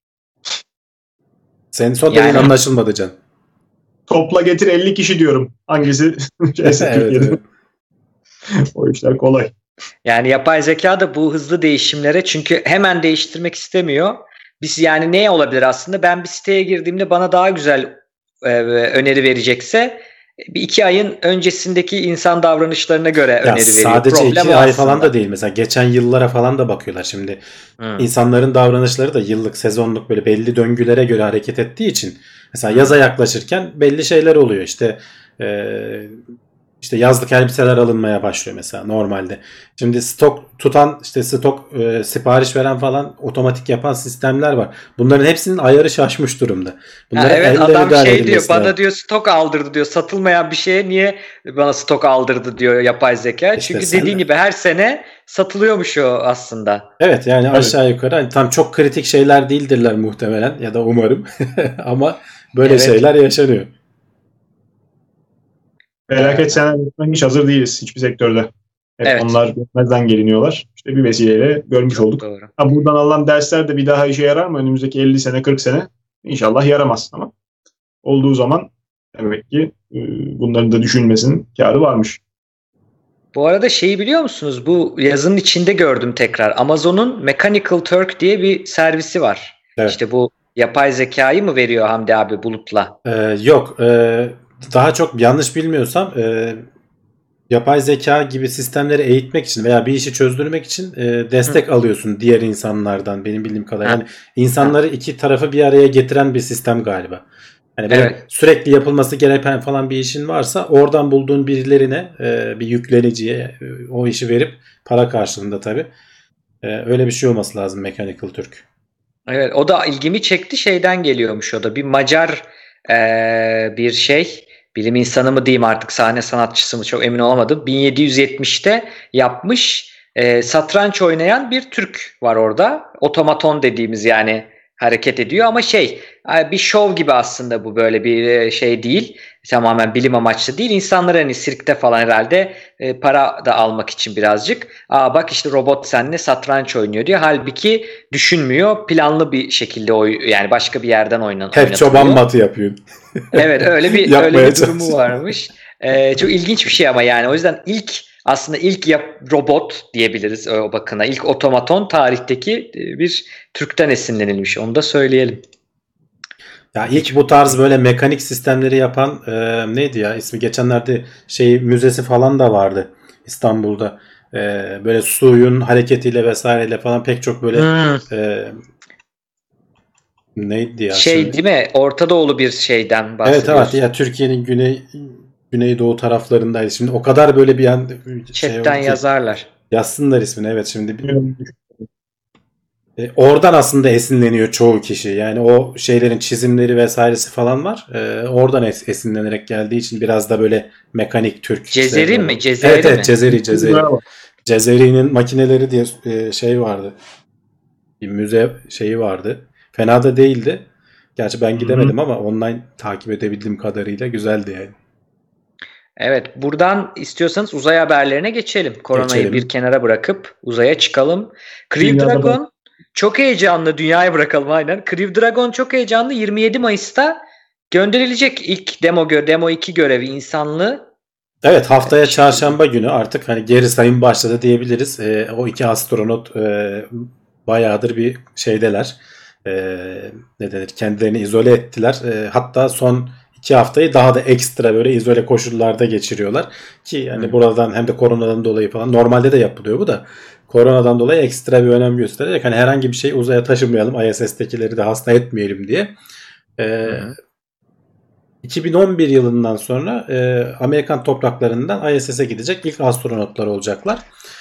[SPEAKER 2] Senin son dediğin
[SPEAKER 4] Yani-
[SPEAKER 2] anlaşılmadı Can.
[SPEAKER 3] Topla getir elli kişi diyorum. Hangisi şeyse
[SPEAKER 2] Evet,
[SPEAKER 3] Türkiye'de.
[SPEAKER 2] evet.
[SPEAKER 3] O işler kolay.
[SPEAKER 4] Yani yapay zeka da bu hızlı değişimlere, çünkü hemen değiştirmek istemiyor. Biz yani ne olabilir aslında? Ben bir siteye girdiğimde bana daha güzel e, öneri verecekse bir iki ayın öncesindeki insan davranışlarına göre
[SPEAKER 2] Ya
[SPEAKER 4] öneri veriyor.
[SPEAKER 2] sadece
[SPEAKER 4] Problem
[SPEAKER 2] iki
[SPEAKER 4] o
[SPEAKER 2] ay
[SPEAKER 4] aslında.
[SPEAKER 2] falan da değil. Mesela geçen yıllara falan da bakıyorlar şimdi.
[SPEAKER 4] Hı.
[SPEAKER 2] İnsanların davranışları da yıllık, sezonluk böyle belli döngülere göre hareket ettiği için mesela yaza yaklaşırken belli şeyler oluyor. İşte eee, işte yazlık elbiseler alınmaya başlıyor mesela normalde. Şimdi stok tutan, işte stok e, sipariş veren falan otomatik yapan sistemler var. Bunların hepsinin ayarı şaşmış durumda.
[SPEAKER 4] Ha,
[SPEAKER 2] Bunların
[SPEAKER 4] evet,
[SPEAKER 2] elle
[SPEAKER 4] adam
[SPEAKER 2] müdahale
[SPEAKER 4] şey diyor,
[SPEAKER 2] edilmesi
[SPEAKER 4] bana
[SPEAKER 2] lazım.
[SPEAKER 4] diyor stok aldırdı diyor, satılmayan bir şeye niye bana stok aldırdı diyor yapay zeka.
[SPEAKER 2] İşte
[SPEAKER 4] Çünkü
[SPEAKER 2] sen
[SPEAKER 4] dediğin
[SPEAKER 2] de-
[SPEAKER 4] gibi her sene satılıyormuş o aslında.
[SPEAKER 2] Evet yani
[SPEAKER 3] Evet.
[SPEAKER 2] aşağı yukarı hani tam çok kritik şeyler değildirler muhtemelen ya da umarım ama böyle
[SPEAKER 4] Evet.
[SPEAKER 2] şeyler yaşanıyor.
[SPEAKER 3] Felaket senaryolarına hiç hazır değiliz hiçbir sektörde. Hep
[SPEAKER 4] Evet.
[SPEAKER 3] onlar görmezden geliniyorlar. İşte bir vesileyle görmüş
[SPEAKER 4] Çok
[SPEAKER 3] olduk.
[SPEAKER 4] doğru.
[SPEAKER 3] Ha, buradan alınan dersler de bir daha işe yarar mı? Önümüzdeki elli sene, kırk sene İnşallah yaramaz ama olduğu zaman demek ki e, bunların da düşünmesinin kârı varmış.
[SPEAKER 4] Bu arada şeyi biliyor musunuz? Bu yazının içinde gördüm tekrar. Amazon'un Mechanical Turk diye bir servisi var.
[SPEAKER 2] Evet.
[SPEAKER 4] İşte bu yapay zekayı mı veriyor Hamdi abi bulutla?
[SPEAKER 2] Ee, yok. Ee, daha çok yanlış bilmiyorsam e, yapay zeka gibi sistemleri eğitmek için veya bir işi çözdürmek için e, destek Hı. alıyorsun diğer insanlardan benim bildiğim kadarıyla. Yani insanları Hı. iki tarafı bir araya getiren bir sistem galiba. Yani böyle evet. sürekli yapılması gereken falan bir işin varsa oradan bulduğun birilerine e, bir yükleniciye e, o işi verip para karşılığında tabii. E, öyle bir şey olması lazım Mechanical Turk.
[SPEAKER 4] Evet, o da ilgimi çekti, şeyden geliyormuş o da. Bir Macar e, bir şey, bilim insanı mı diyeyim artık, sahne sanatçısı mı çok emin olamadım. bin yedi yüz yetmişte yapmış, e, satranç oynayan bir Türk var orada. Otomaton dediğimiz yani hareket ediyor ama şey, bir şov gibi aslında, bu böyle bir şey değil. Tamamen bilim amaçlı değil. İnsanlar hani sirkte falan herhalde e, para da almak için birazcık. Aa bak işte robot seninle satranç oynuyor diyor. Halbuki düşünmüyor. Planlı bir şekilde oy, yani başka bir yerden oynan.
[SPEAKER 2] Hep çoban matı yapıyor.
[SPEAKER 4] Evet, öyle bir öyle bir durumu varmış. Ee, çok ilginç bir şey ama yani o yüzden ilk aslında ilk yap, robot diyebiliriz o bakına. İlk otomaton tarihteki bir Türk'ten esinlenilmiş. Onu da söyleyelim.
[SPEAKER 2] Ya ilk bu tarz böyle mekanik sistemleri yapan e, neydi ya ismi, geçenlerde şey müzesi falan da vardı İstanbul'da. E, böyle suyun hareketiyle vesaireyle falan pek çok böyle hmm. e, neydi ya?
[SPEAKER 4] Şey şimdi? Değil mi? Orta Doğulu bir şeyden bahsediyorsun.
[SPEAKER 2] Evet evet ya, Türkiye'nin güney güneydoğu taraflarındaydı. Şimdi o kadar böyle bir an
[SPEAKER 4] şey chatten yazarlar.
[SPEAKER 2] Yazsınlar ismini, evet şimdi. E, oradan aslında esinleniyor çoğu kişi. Yani o şeylerin çizimleri vesairesi falan var. E, oradan es- esinlenerek geldiği için biraz da böyle mekanik Türk.
[SPEAKER 4] Cezeri mi? Cezeri
[SPEAKER 2] evet,
[SPEAKER 4] mi?
[SPEAKER 2] Evet Cezeri. Cezeri. Cezeri'nin makineleri diye e, şey vardı. Bir müze şeyi vardı. Fena da değildi. Gerçi ben gidemedim Hı-hı. ama online takip edebildiğim kadarıyla güzeldi yani.
[SPEAKER 4] Evet, buradan istiyorsanız uzay haberlerine geçelim. Koronayı geçelim. Bir kenara bırakıp uzaya çıkalım. Crew Dragon bak- çok heyecanlı, dünyaya bırakalım aynen. Crew Dragon çok heyecanlı. yirmi yedi Mayıs'ta gönderilecek ilk demo gö- demo iki görevi insanlığı.
[SPEAKER 2] Evet, haftaya evet, çarşamba günü artık hani geri sayım başladı diyebiliriz. E, o iki astronot e, bayağıdır bir şeydeler. E, ne denir? Kendilerini izole ettiler. E, hatta son iki haftayı daha da ekstra böyle izole koşullarda geçiriyorlar. Ki yani hmm. buradan hem de koronadan dolayı falan, normalde de yapılıyor bu da. Koronadan dolayı ekstra bir önem göstererek hani herhangi bir şey uzaya taşımayalım, I S S'tekileri de hasta etmeyelim diye. Ee, hmm. iki bin on bir yılından sonra e, Amerikan topraklarından I S S'e gidecek ilk astronotlar olacaklar.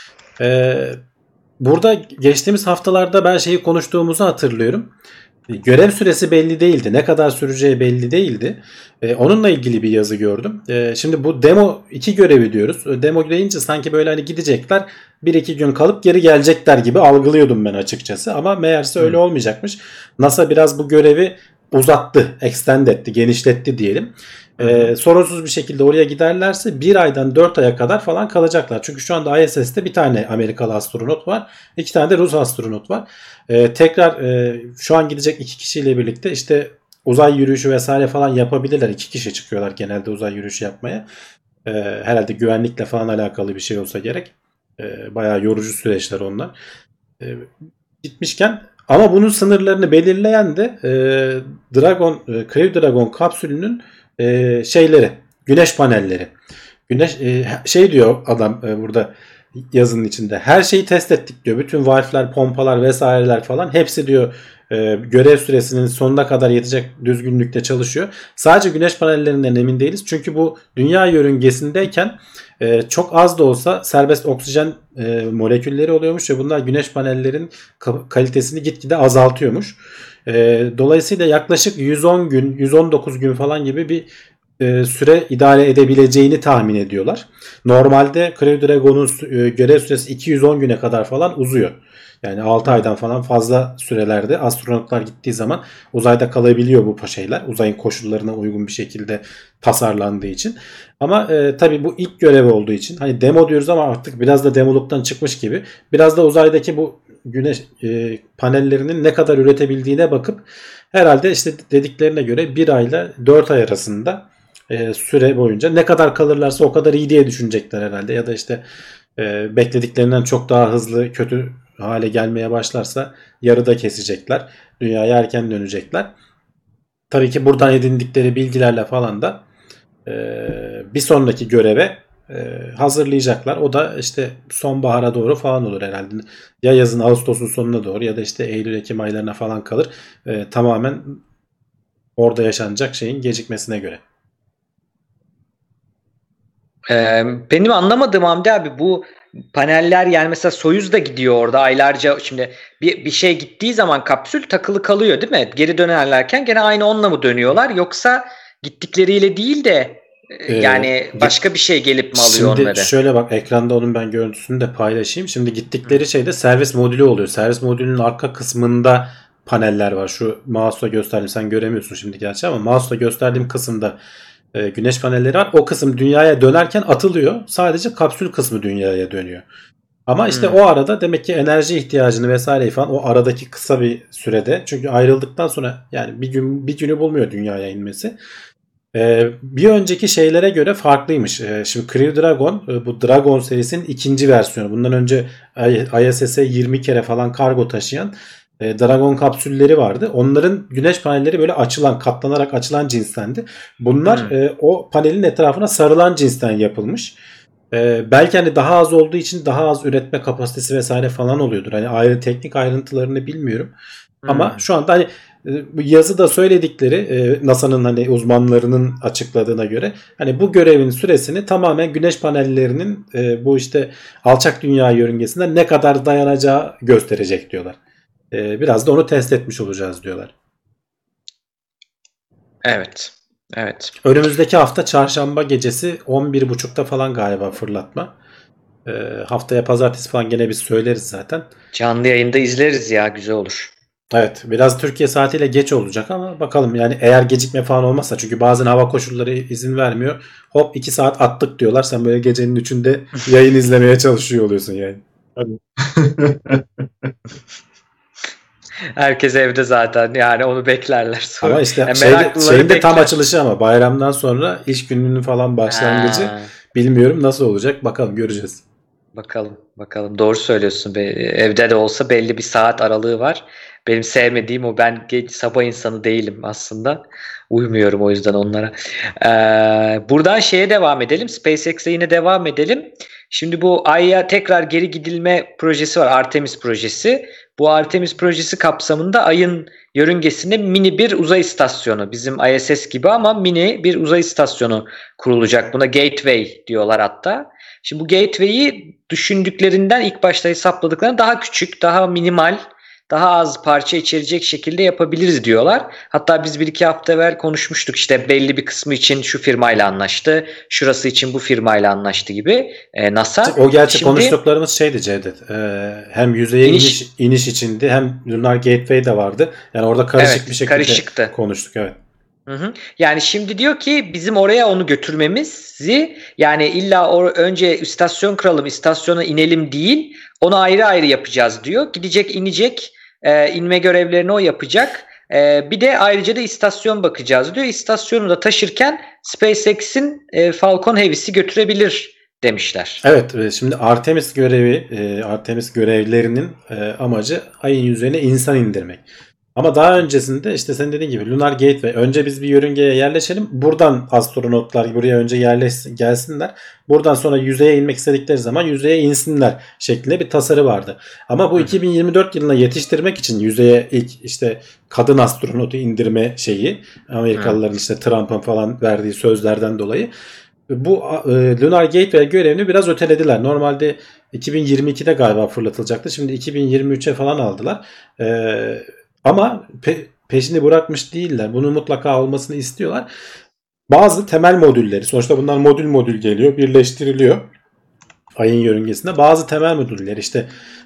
[SPEAKER 2] E, burada geçtiğimiz haftalarda ben şeyi konuştuğumuzu hatırlıyorum. Görev süresi belli değildi. Ne kadar süreceği belli değildi. Ee, onunla ilgili bir yazı gördüm. Ee, şimdi bu demo iki görevi diyoruz. Demo deyince sanki böyle hani gidecekler, bir iki gün kalıp geri gelecekler gibi algılıyordum ben açıkçası. Ama meğerse öyle olmayacakmış. NASA biraz bu görevi uzattı, extend etti, genişletti diyelim. Ee, sorunsuz bir şekilde oraya giderlerse bir aydan dört aya kadar falan kalacaklar. Çünkü şu anda I S S'te bir tane Amerikalı astronot var. iki tane de Rus astronot var. Ee, tekrar e, şu an gidecek iki kişiyle birlikte işte uzay yürüyüşü vesaire falan yapabilirler. İki kişi çıkıyorlar genelde uzay yürüyüşü yapmaya. Ee, herhalde güvenlikle falan alakalı bir şey olsa gerek. Ee, bayağı yorucu süreçler onlar. Ee, gitmişken ama bunun sınırlarını belirleyen de e, Dragon, e, Crew Dragon kapsülünün e, şeyleri, güneş panelleri. Güneş e, şey diyor adam e, burada yazının içinde. Her şeyi test ettik diyor. Bütün valfler, pompalar vesaireler falan hepsi diyor e, görev süresinin sonuna kadar yetecek düzgünlükte çalışıyor. Sadece güneş panellerinden emin değiliz. Çünkü bu dünya yörüngesindeyken e, çok az da olsa serbest oksijen e, molekülleri oluyormuş ve bunlar güneş panellerin kalitesini gitgide azaltıyormuş. E, dolayısıyla yaklaşık yüz on gün, yüz on dokuz gün falan gibi bir e, süre idare edebileceğini tahmin ediyorlar. Normalde Crew Dragon'un e, görev süresi iki yüz on güne kadar falan uzuyor. Yani altı aydan falan fazla sürelerde astronotlar gittiği zaman uzayda kalabiliyor bu şeyler. Uzayın koşullarına uygun bir şekilde tasarlandığı için. Ama e, tabii bu ilk görev olduğu için hani demo diyoruz ama artık biraz da demoluktan çıkmış gibi. Biraz da uzaydaki bu güneş e, panellerinin ne kadar üretebildiğine bakıp herhalde işte dediklerine göre bir ayla dört ay arasında e, süre boyunca ne kadar kalırlarsa o kadar iyi diye düşünecekler herhalde. Ya da işte e, beklediklerinden çok daha hızlı kötü hale gelmeye başlarsa yarıda kesecekler. Dünyaya erken dönecekler. Tabii ki buradan edindikleri bilgilerle falan da e, bir sonraki göreve e, hazırlayacaklar. O da işte sonbahara doğru falan olur herhalde. Ya yazın Ağustos'un sonuna doğru ya da işte Eylül-Ekim aylarına falan kalır. E, tamamen orada yaşanacak şeyin gecikmesine göre.
[SPEAKER 4] Ee, benim anlamadığım Hamdi abi, bu paneller yani mesela Soyuz da gidiyor orada aylarca. Şimdi bir, bir şey gittiği zaman kapsül takılı kalıyor değil mi? Geri dönerlerken gene aynı onunla mı dönüyorlar, yoksa gittikleriyle değil de e,
[SPEAKER 2] Ee,
[SPEAKER 4] yani başka bir şey gelip mi alıyor
[SPEAKER 2] Şimdi
[SPEAKER 4] onları?
[SPEAKER 2] şöyle bak, ekranda onun ben görüntüsünü de paylaşayım. Şimdi gittikleri şeyde servis modülü oluyor. Servis modülünün arka kısmında paneller var. Şu mouse'la gösterdim, sen göremiyorsun şimdi gerçi ama mouse'la gösterdiğim kısımda e, güneş panelleri var. O kısım dünyaya dönerken atılıyor. Sadece kapsül kısmı dünyaya dönüyor. Ama işte
[SPEAKER 4] Hmm.
[SPEAKER 2] o arada demek ki enerji ihtiyacını vesaire falan o aradaki kısa bir sürede, çünkü ayrıldıktan sonra yani bir gün bir günü bulmuyor dünyaya inmesi. Ee, bir önceki şeylere göre farklıymış. Ee, şimdi Crew Dragon, e, bu Dragon serisinin ikinci versiyonu. Bundan önce I S S'e yirmi kere falan kargo taşıyan e, Dragon kapsülleri vardı. Onların güneş panelleri böyle açılan, katlanarak açılan cinstendi. Bunlar
[SPEAKER 4] Hmm.
[SPEAKER 2] e, o panelin etrafına sarılan cinsten yapılmış. E, belki hani daha az olduğu için daha az üretme kapasitesi vesaire falan oluyordur. Hani ayrı teknik ayrıntılarını bilmiyorum.
[SPEAKER 4] Hmm.
[SPEAKER 2] Ama şu anda hani bu yazıda söyledikleri NASA'nın hani uzmanlarının açıkladığına göre hani bu görevin süresini tamamen güneş panellerinin bu işte alçak dünya yörüngesinde ne kadar dayanacağı gösterecek diyorlar. Biraz da onu test etmiş olacağız diyorlar.
[SPEAKER 4] Evet. Evet.
[SPEAKER 2] Önümüzdeki hafta çarşamba gecesi on bir buçukta falan galiba fırlatma. Haftaya pazartesi falan gene biz söyleriz zaten.
[SPEAKER 4] Canlı yayında izleriz ya, güzel olur.
[SPEAKER 2] Evet, biraz Türkiye saatiyle geç olacak ama bakalım yani eğer gecikme falan olmazsa, çünkü bazen hava koşulları izin vermiyor. Hop iki saat attık diyorlar, sen böyle gecenin üçünde yayın izlemeye çalışıyor oluyorsun yani.
[SPEAKER 4] Herkes evde zaten, yani onu beklerler sonra.
[SPEAKER 2] Ama işte
[SPEAKER 4] yani
[SPEAKER 2] şeyde, şeyinde
[SPEAKER 4] bekler.
[SPEAKER 2] tam açılışı ama bayramdan sonra iş gününün falan başlangıcı
[SPEAKER 4] Ha.
[SPEAKER 2] bilmiyorum nasıl olacak, bakalım göreceğiz.
[SPEAKER 4] Bakalım bakalım, doğru söylüyorsun. Be- Evde de olsa belli bir saat aralığı var. Benim sevmediğim o, ben geç sabah insanı değilim aslında. Uymuyorum o yüzden onlara. Ee, buradan şeye devam edelim. SpaceX'e yine devam edelim. Şimdi bu Ay'a tekrar geri gidilme projesi var. Artemis projesi. Bu Artemis projesi kapsamında Ay'ın yörüngesinde mini bir uzay istasyonu. Bizim I S S gibi ama mini bir uzay istasyonu kurulacak. Buna Gateway diyorlar hatta. Şimdi bu Gateway'i düşündüklerinden, ilk başta hesapladıklarından daha küçük, daha minimal, daha az parça içerecek şekilde yapabiliriz diyorlar. Hatta biz bir iki hafta evvel konuşmuştuk, işte belli bir kısmı için şu firmayla anlaştı, şurası için bu firmayla anlaştı gibi e, NASA.
[SPEAKER 2] O gerçi
[SPEAKER 4] Şimdi,
[SPEAKER 2] konuştuklarımız şeydi Cevdet, e, hem yüzeye iniş,
[SPEAKER 4] iniş,
[SPEAKER 2] iniş içindi hem Lunar Gateway de vardı. Yani orada karışık
[SPEAKER 4] evet,
[SPEAKER 2] bir şekilde
[SPEAKER 4] karışıktı.
[SPEAKER 2] konuştuk, evet.
[SPEAKER 4] Hı hı. Yani şimdi diyor ki bizim oraya onu götürmemizi, yani illa or- önce istasyon kuralım, istasyona inelim değil, onu ayrı ayrı yapacağız diyor. Gidecek, inecek, e, inme görevlerini o yapacak. E, bir de ayrıca da istasyon bakacağız diyor. İstasyonu da taşırken SpaceX'in e, Falcon Heavy'si götürebilir demişler.
[SPEAKER 2] Evet, şimdi Artemis görevi, Artemis görevlerinin amacı Ay'ın yüzeyine insan indirmek. Ama daha öncesinde işte senin dediğin gibi Lunar Gateway, önce biz bir yörüngeye yerleşelim. Buradan astronotlar buraya önce yerleşsin, gelsinler. Buradan sonra yüzeye inmek istedikleri zaman yüzeye insinler şeklinde bir tasarı vardı. Ama bu Hı. iki bin yirmi dört yılına yetiştirmek için yüzeye ilk işte kadın astronotu indirme şeyi, Amerikalıların Hı. işte Trump'ın falan verdiği sözlerden dolayı bu e, Lunar Gateway görevini biraz ötelediler. Normalde iki bin yirmi ikide galiba fırlatılacaktı. Şimdi iki bin yirmi üçe falan aldılar. Eee Ama pe- peşini bırakmış değiller. Bunu mutlaka olmasını istiyorlar. Bazı temel modülleri, sonuçta bunlar modül modül geliyor, birleştiriliyor Ay'ın yörüngesinde. Bazı temel modüller, işte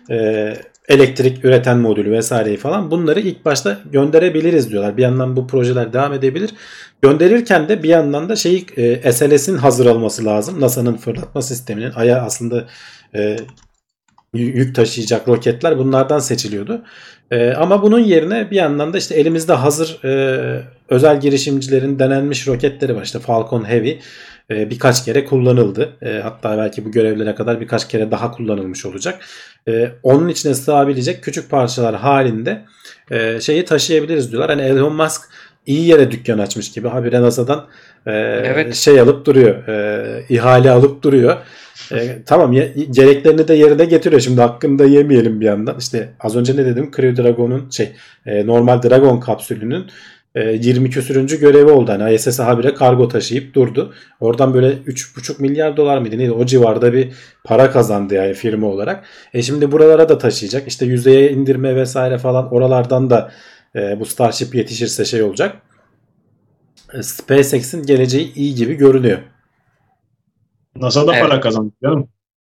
[SPEAKER 2] e, elektrik üreten modülü vesaireyi falan, bunları ilk başta gönderebiliriz diyorlar. Bir yandan bu projeler devam edebilir. Gönderirken de bir yandan da şey e, S L S'in hazır olması lazım. NASA'nın fırlatma sisteminin Ay'a aslında e, yük taşıyacak roketler bunlardan seçiliyordu. Ee, ama bunun yerine bir yandan da işte elimizde hazır e, özel girişimcilerin denenmiş roketleri var. İşte Falcon Heavy e, birkaç kere kullanıldı. E, hatta belki bu görevlere kadar birkaç kere daha kullanılmış olacak. E, onun içine sığabilecek küçük parçalar halinde e, şeyi taşıyabiliriz diyorlar. Hani Elon Musk iyi yere dükkan açmış gibi. Habire NASA'dan e,
[SPEAKER 4] Evet.
[SPEAKER 2] şey alıp duruyor. E, ihale alıp duruyor. E, tamam ya, gereklerini de yerine getiriyor. Şimdi hakkını da yemeyelim bir yandan. İşte az önce ne dedim? Crew Dragon'un şey e, normal Dragon kapsülünün e, yirmi küsürüncü görevi oldu. Hani I S S'e habire kargo taşıyıp durdu. Oradan böyle üç buçuk milyar dolar mıydı neydi? O civarda bir para kazandı yani firma olarak. E şimdi buralara da taşıyacak. İşte yüzeye indirme vesaire falan oralardan da e, bu Starship yetişirse şey olacak. E, SpaceX'in geleceği iyi gibi görünüyor.
[SPEAKER 3] NASA da
[SPEAKER 4] Evet.
[SPEAKER 3] para kazandı canım.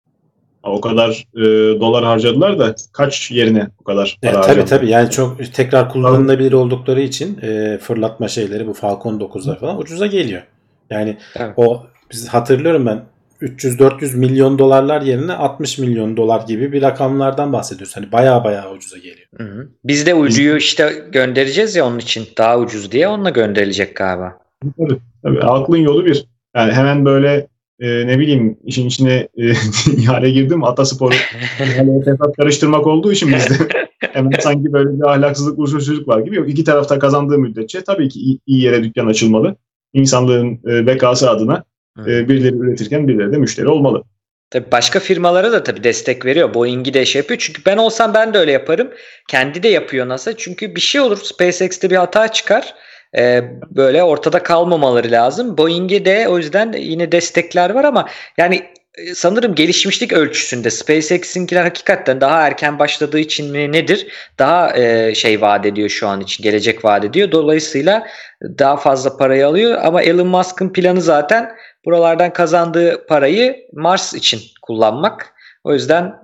[SPEAKER 3] O kadar e, dolar harcadılar da kaç yerine o kadar para
[SPEAKER 2] Ya, tabii
[SPEAKER 3] harcadılar?
[SPEAKER 2] tabii yani çok tekrar kullanılabilir oldukları için e, fırlatma şeyleri bu Falcon dokuzlar falan ucuza geliyor. Yani
[SPEAKER 4] Evet.
[SPEAKER 2] o biz hatırlıyorum ben üç yüz dört yüz milyon dolarlar yerine altmış milyon dolar gibi bir rakamlardan bahsediyoruz. Hani baya baya ucuza geliyor.
[SPEAKER 4] Hı hı. Biz de uyduyu işte göndereceğiz ya onun için daha ucuz diye onunla gönderilecek galiba.
[SPEAKER 3] Tabii, tabii. Aklın yolu bir. Yani hemen böyle e, ne bileyim işin içine e, ihale girdim. Atasporu ihaleye fesat karıştırmak olduğu için bizde hemen sanki böyle bir ahlaksızlık, usulsüzlük var gibi. Yok. İki tarafta kazandığı müddetçe tabii ki iyi, iyi yere dükkan açılmalı. İnsanlığın e, bekası adına e, birileri üretirken birileri de müşteri olmalı.
[SPEAKER 4] Tabii başka firmalara da tabii destek veriyor. Boeing'i de şey yapıyor. Çünkü ben olsam ben de öyle yaparım. Kendi de yapıyor NASA. Çünkü bir şey olur. SpaceX'te bir hata çıkar. Ee, böyle ortada kalmamaları lazım. Boeing'e de o yüzden yine destekler var ama yani e, sanırım gelişmişlik ölçüsünde SpaceX'inkiler hakikaten daha erken başladığı için mi nedir? Daha e, şey vaat ediyor şu an için. Gelecek vaat ediyor. Dolayısıyla daha fazla parayı alıyor ama Elon Musk'ın planı zaten buralardan kazandığı parayı Mars için kullanmak. O yüzden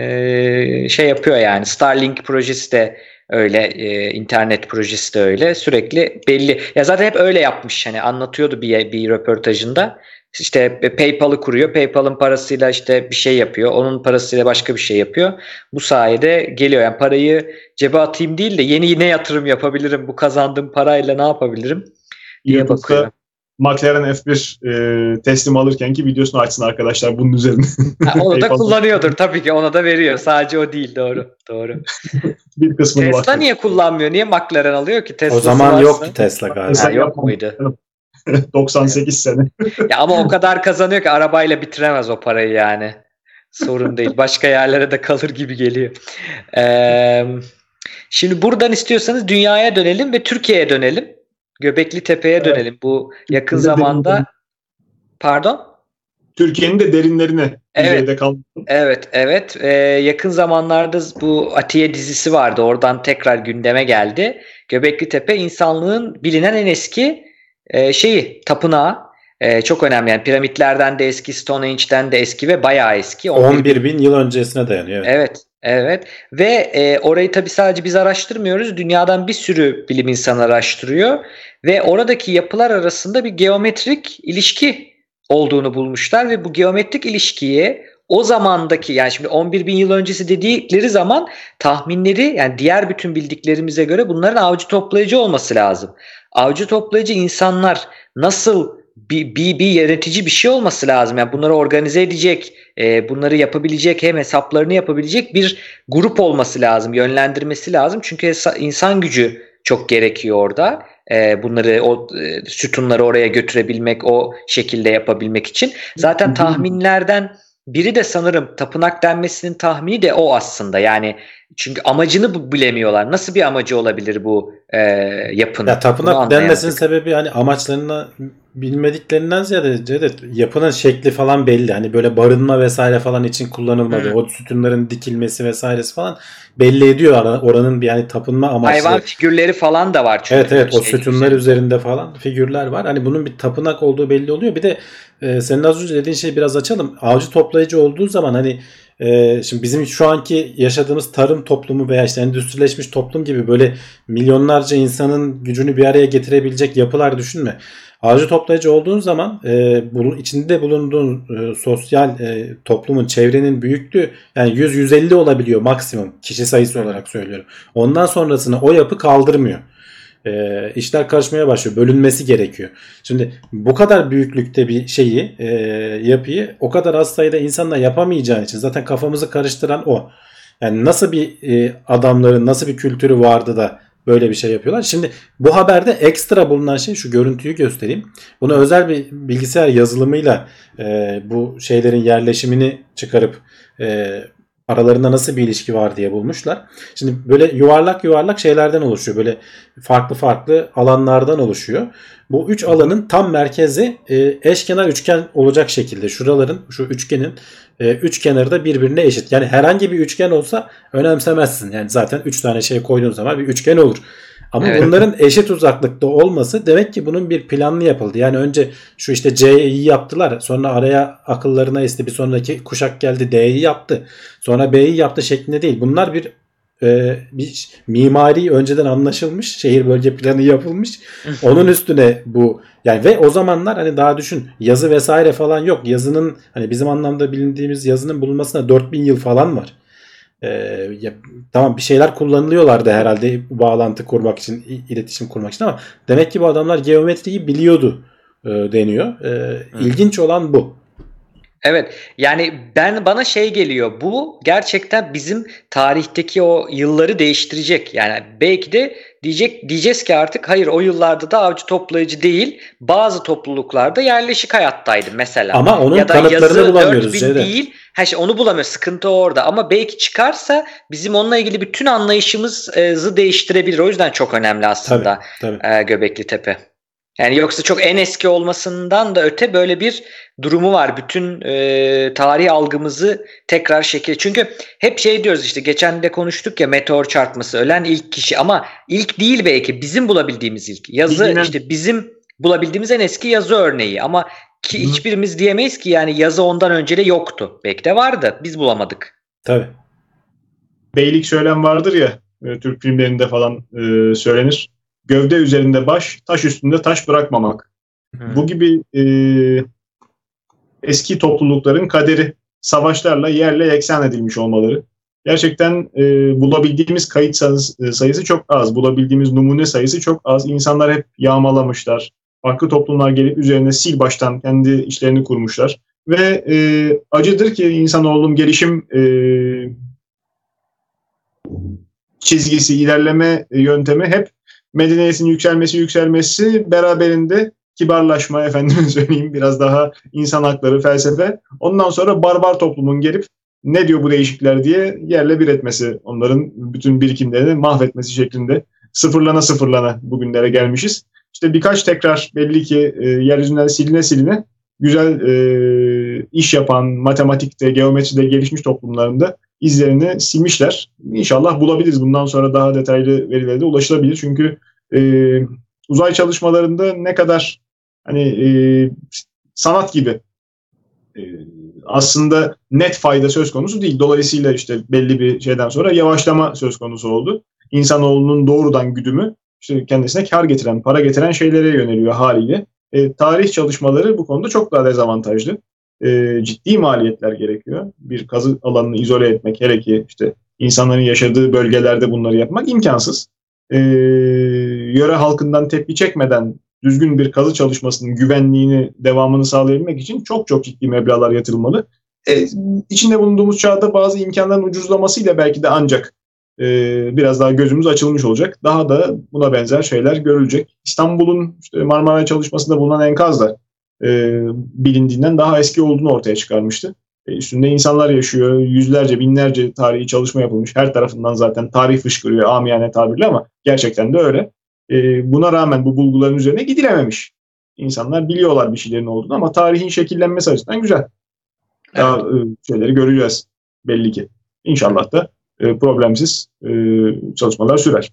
[SPEAKER 4] e, şey yapıyor yani Starlink projesi de öyle, e, internet projesi de öyle. Sürekli belli. Ya zaten hep öyle yapmış. Hani anlatıyordu bir bir röportajında. İşte PayPal'ı kuruyor. PayPal'ın parasıyla işte bir şey yapıyor. Onun parasıyla başka bir şey yapıyor. Bu sayede geliyor. Yani parayı cebe atayım değil de yeni yine yatırım yapabilirim. Bu kazandığım parayla ne yapabilirim diye bakıyor.
[SPEAKER 3] YouTube'da McLaren F bir e, teslim alırken ki videosunu açsın arkadaşlar bunun üzerine.
[SPEAKER 4] Ha, onu da
[SPEAKER 3] PayPal-
[SPEAKER 4] kullanıyordur tabii ki. Ona da veriyor. Sadece o değil. Doğru. Doğru.
[SPEAKER 3] bir kısmını
[SPEAKER 4] Tesla
[SPEAKER 3] bahsediyor.
[SPEAKER 4] niye kullanmıyor? Niye McLaren alıyor ki? Tesla'sı
[SPEAKER 2] O zaman
[SPEAKER 4] varsa?
[SPEAKER 2] yok ki Tesla galiba.
[SPEAKER 3] Tesla
[SPEAKER 4] Ha, yok
[SPEAKER 3] yapmamış.
[SPEAKER 4] muydu?
[SPEAKER 3] doksan sekiz sene.
[SPEAKER 4] Ya ama o kadar kazanıyor ki arabayla bitiremez o parayı yani. Sorun değil. Başka yerlere de kalır gibi geliyor. Ee, şimdi buradan istiyorsanız dünyaya dönelim ve Türkiye'ye dönelim. Göbekli Tepe'ye dönelim. Bu yakın
[SPEAKER 3] Türkiye'de
[SPEAKER 4] zamanda
[SPEAKER 3] derinlerine-
[SPEAKER 4] pardon?
[SPEAKER 3] Türkiye'nin de derinlerine
[SPEAKER 4] Evet.
[SPEAKER 3] yüzeyde kaldı.
[SPEAKER 4] Evet, evet. Ee, yakın zamanlarda bu Atiye dizisi vardı. Oradan tekrar gündeme geldi. Göbekli Tepe insanlığın bilinen en eski e, şeyi, tapınağı. E, çok önemli. Yani piramitlerden de eski, Stonehenge'den de eski ve bayağı eski.
[SPEAKER 2] on bir bin yıl öncesine dayanıyor. Evet.
[SPEAKER 4] Evet, evet. Ve e, orayı tabii sadece biz araştırmıyoruz. Dünyadan bir sürü bilim insanı araştırıyor. Ve oradaki yapılar arasında bir geometrik ilişki olduğunu bulmuşlar. Ve bu geometrik ilişkiye o zamandaki yani şimdi on bir bin yıl öncesi dedikleri zaman tahminleri yani diğer bütün bildiklerimize göre bunların avcı toplayıcı olması lazım. Avcı toplayıcı insanlar nasıl bir, bir, bir yönetici bir şey olması lazım. Yani bunları organize edecek, e, bunları yapabilecek hem hesaplarını yapabilecek bir grup olması lazım, yönlendirmesi lazım. Çünkü hesa- insan gücü çok gerekiyor orada. E, bunları o e, sütunları oraya götürebilmek, o şekilde yapabilmek için. Zaten tahminlerden biri de sanırım tapınak denmesinin tahmini de o aslında. Yani çünkü amacını bu- bilemiyorlar. Nasıl bir amacı olabilir bu e, yapının?
[SPEAKER 2] Ya
[SPEAKER 4] Bunu
[SPEAKER 2] tapınak
[SPEAKER 4] anlayamadık.
[SPEAKER 2] denmesinin sebebi hani amaçlarını bilmediklerinden ziyade Cevdet, yapının şekli falan belli. Hani böyle barınma vesaire falan için kullanılmadı.
[SPEAKER 4] Hı.
[SPEAKER 2] O sütunların dikilmesi vesairesi falan belli ediyor ara- oranın bir yani tapınma amaçlı.
[SPEAKER 4] Hayvan figürleri falan da var çünkü.
[SPEAKER 2] Evet evet o
[SPEAKER 4] Şey
[SPEAKER 2] sütunlar
[SPEAKER 4] üzerinde.
[SPEAKER 2] üzerinde falan figürler var. Hani bunun bir tapınak olduğu belli oluyor. Bir de e, senin az önce dediğin şeyi biraz açalım. Avcı toplayıcı olduğu zaman hani e, şimdi bizim şu anki yaşadığımız tarım toplumu veya işte endüstrileşmiş toplum gibi böyle milyonlarca insanın gücünü bir araya getirebilecek yapılar düşünme. Avcı toplayıcı olduğun zaman e, bunun içinde bulunduğun e, sosyal e, toplumun çevrenin büyüklüğü yani yüz yüz elli olabiliyor maksimum kişi sayısı olarak söylüyorum. Ondan sonrasını o yapı kaldırmıyor. E, işler karışmaya başlıyor. Bölünmesi gerekiyor. Şimdi bu kadar büyüklükte bir şeyi e, yapıyı o kadar az sayıda insanla yapamayacağı için zaten kafamızı karıştıran o. Yani nasıl bir e, adamların nasıl bir kültürü vardı da böyle bir şey yapıyorlar. Şimdi bu haberde ekstra bulunan şey, şu görüntüyü göstereyim. Bunu özel bir bilgisayar yazılımıyla e, bu şeylerin yerleşimini çıkarıp e, aralarında nasıl bir ilişki var diye bulmuşlar. Şimdi böyle yuvarlak yuvarlak şeylerden oluşuyor. Böyle farklı farklı alanlardan oluşuyor. Bu üç alanın tam merkezi e, eşkenar üçgen olacak şekilde. Şuraların, şu üçgenin e, üç kenarı da birbirine eşit. Yani herhangi bir üçgen olsa önemsemezsin. Yani zaten üç tane şey koyduğun zaman bir üçgen olur. Ama evet, bunların eşit uzaklıkta olması demek ki bunun bir planlı yapıldı. Yani önce şu işte C'yi yaptılar. Sonra araya akıllarına esti. Bir sonraki kuşak geldi D'yi yaptı. Sonra B'yi yaptı şeklinde değil. Bunlar bir e, bir mimari önceden anlaşılmış. Şehir bölge planı yapılmış. Onun üstüne bu yani ve o zamanlar hani daha düşün yazı vesaire falan yok. Yazının hani bizim anlamda bilindiğimiz yazının bulunmasına dört bin yıl falan var. Ee, ya, tamam bir şeyler kullanılıyorlardı herhalde bağlantı kurmak için, iletişim kurmak için ama demek ki bu adamlar geometriyi biliyordu e, deniyor. E, ilginç olan bu.
[SPEAKER 4] Evet, yani ben bana şey geliyor, bu gerçekten bizim tarihteki o yılları değiştirecek. Yani belki de diyecek diyeceğiz ki artık hayır, o yıllarda da avcı toplayıcı değil, bazı topluluklarda yerleşik hayattaydı mesela.
[SPEAKER 2] Ama onun
[SPEAKER 4] ya da
[SPEAKER 2] kanıtlarını bulamıyoruz.
[SPEAKER 4] dört bin değil, her şey onu bulamıyoruz, sıkıntı orada. Ama belki çıkarsa bizim onunla ilgili bütün anlayışımızı değiştirebilir. O yüzden çok önemli aslında
[SPEAKER 2] tabii, tabii.
[SPEAKER 4] Göbekli Tepe. Yani yoksa çok en eski olmasından da öte böyle bir durumu var. Bütün e, tarih algımızı tekrar şekil. Çünkü hep şey diyoruz işte, geçen de konuştuk ya, meteor çarpması, ölen ilk kişi, ama ilk değil belki, bizim bulabildiğimiz ilk. Yazı Bilginen. işte bizim bulabildiğimiz en eski yazı örneği, ama ki Hı. hiçbirimiz diyemeyiz ki yani yazı ondan önce de yoktu. Belki de vardı, biz bulamadık.
[SPEAKER 2] Tabii.
[SPEAKER 3] Beylik söylem vardır ya, Türk filmlerinde falan e, söylenir. Gövde üzerinde baş, taş üstünde taş bırakmamak. Hmm. Bu gibi e, eski toplulukların kaderi savaşlarla yerle yeksan edilmiş olmaları. Gerçekten e, bulabildiğimiz kayıt sayısı, sayısı çok az. Bulabildiğimiz numune sayısı çok az. İnsanlar hep yağmalamışlar. Farklı toplumlar gelip üzerine sil baştan kendi işlerini kurmuşlar. Ve e, acıdır ki insanoğlunun gelişim e, çizgisi, ilerleme yöntemi hep medeniyetin yükselmesi yükselmesi beraberinde kibarlaşma, efendime söyleyeyim, biraz daha insan hakları, felsefe. Ondan sonra barbar toplumun gelip ne diyor bu değişikler diye yerle bir etmesi, onların bütün birikimlerini mahvetmesi şeklinde sıfırlana sıfırlana bugünlere gelmişiz. İşte birkaç tekrar belli ki e, yeryüzünden siline siline güzel e, iş yapan, matematikte, geometride gelişmiş toplumlarında izlerini silmişler. İnşallah bulabiliriz. Bundan sonra daha detaylı verilere de ulaşılabilir. Çünkü e, uzay çalışmalarında ne kadar hani e, sanat gibi e, aslında net fayda söz konusu değil. Dolayısıyla işte belli bir şeyden sonra yavaşlama söz konusu oldu. İnsanoğlunun doğrudan güdümü işte kendisine kar getiren, para getiren şeylere yöneliyor haliyle. E, tarih çalışmaları bu konuda çok daha dezavantajlı. E, ciddi maliyetler gerekiyor. Bir kazı alanını izole etmek, hele ki işte insanların yaşadığı bölgelerde bunları yapmak imkansız. E, yöre halkından tepki çekmeden düzgün bir kazı çalışmasının güvenliğini, devamını sağlayabilmek için çok çok ciddi meblağlar yatırılmalı. E, içinde bulunduğumuz çağda bazı imkanların ucuzlamasıyla belki de ancak e, biraz daha gözümüz açılmış olacak. Daha da buna benzer şeyler görülecek. İstanbul'un işte Marmara çalışmasında bulunan enkazlar e, bilindiğinden daha eski olduğunu ortaya çıkarmıştı. E, üstünde insanlar yaşıyor. Yüzlerce, binlerce tarihi çalışma yapılmış. Her tarafından zaten tarih fışkırıyor amiyane tabirle, ama gerçekten de öyle. E, buna rağmen bu bulguların üzerine gidilememiş. İnsanlar biliyorlar bir şeylerin olduğunu, ama tarihin şekillenmesi açısından güzel. Daha e, şeyleri göreceğiz belli ki. İnşallah da e, problemsiz e, çalışmalar sürer.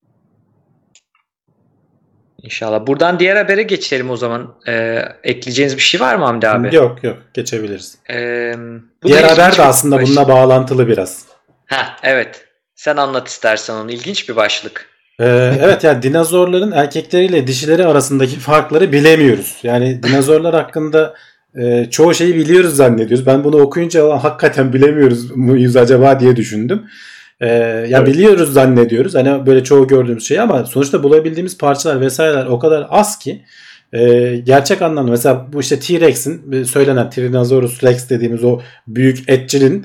[SPEAKER 4] İnşallah. Buradan diğer habere geçelim o zaman. Ee, ekleyeceğiniz bir şey var mı Hamdi abi?
[SPEAKER 2] Yok yok, geçebiliriz.
[SPEAKER 4] Ee,
[SPEAKER 2] diğer haber de aslında bununla bağlantılı biraz.
[SPEAKER 4] Ha evet. Sen anlat istersen onu. İlginç bir başlık.
[SPEAKER 2] Ee, evet, yani dinozorların erkekleriyle dişileri arasındaki farkları bilemiyoruz. Yani dinozorlar hakkında e, çoğu şeyi biliyoruz zannediyoruz. Ben bunu okuyunca hakikaten bilemiyoruz muyuz acaba diye düşündüm. Ee, ya evet. Biliyoruz zannediyoruz. Hani böyle çoğu gördüğümüz şey, ama sonuçta bulabildiğimiz parçalar vesaireler o kadar az ki e, gerçek anlamda mesela bu işte T-Rex'in söylenen Tyrannosaurus Rex dediğimiz o büyük etçilin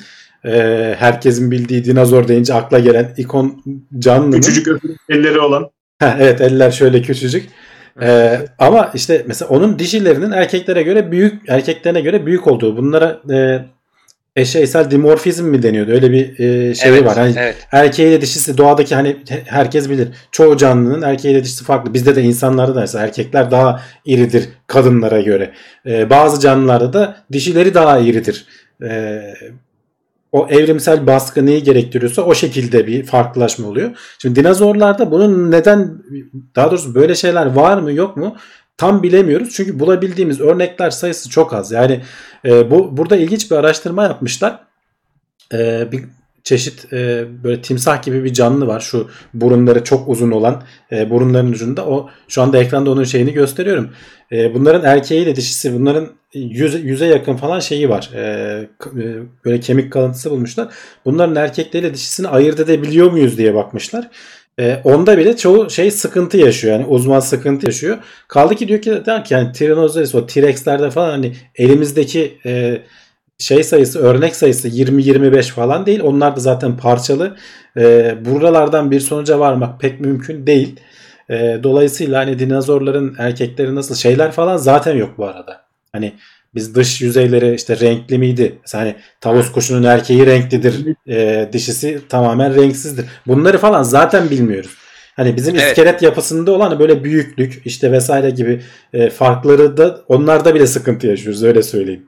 [SPEAKER 2] Ee, herkesin bildiği dinozor deyince akla gelen ikon canlının.
[SPEAKER 3] Küçücük öpücük elleri olan.
[SPEAKER 2] Heh, evet, eller şöyle küçücük. Ee, ama işte mesela onun dişilerinin erkeklere göre büyük, erkeklerine göre büyük olduğu, bunlara e, eşeysel dimorfizm mi deniyordu? Öyle bir e, şey
[SPEAKER 4] Evet,
[SPEAKER 2] var. Hani
[SPEAKER 4] evet.
[SPEAKER 2] erkeğiyle dişisi doğadaki, hani herkes bilir. Çoğu canlının erkeğiyle dişisi farklı. Bizde de, insanlarda da mesela erkekler daha iridir kadınlara göre. Ee, bazı canlılarda da dişileri daha iridir. Ee, o evrimsel baskı neyi gerektiriyorsa o şekilde bir farklılaşma oluyor. Şimdi dinozorlarda bunun neden, daha doğrusu böyle şeyler var mı yok mu tam bilemiyoruz. Çünkü bulabildiğimiz örnekler sayısı çok az. Yani e, bu burada ilginç bir araştırma yapmışlar. E, bir çeşit e, böyle timsah gibi bir canlı var. Şu burunları çok uzun olan, e, burunların ucunda. O şu anda ekranda onun şeyini gösteriyorum. E, bunların erkeğiyle dişisi, bunların yüze, yüze yakın falan şeyi var. E, e, böyle kemik kalıntısı bulmuşlar. Bunların erkekleriyle dişisini ayırt edebiliyor muyuz diye bakmışlar. E, onda bile çoğu şey sıkıntı yaşıyor. Yani uzman sıkıntı yaşıyor. Kaldı ki diyor ki, der ki yani Tyrannosaurus, o T-Rex'lerde falan hani elimizdeki e, şey sayısı, örnek sayısı yirmi yirmi beş falan değil. Onlar da zaten parçalı. E, buralardan bir sonuca varmak pek mümkün değil. E, dolayısıyla hani dinozorların erkekleri nasıl, şeyler falan zaten yok bu arada. Hani biz dış yüzeyleri işte renkli miydi? Mesela hani tavus kuşunun erkeği renklidir, e, dişisi tamamen renksizdir. Bunları falan zaten bilmiyoruz. Hani bizim
[SPEAKER 4] Evet.
[SPEAKER 2] iskelet yapısında olan böyle büyüklük işte vesaire gibi e, farkları da, onlarda bile sıkıntı yaşıyoruz, öyle söyleyeyim.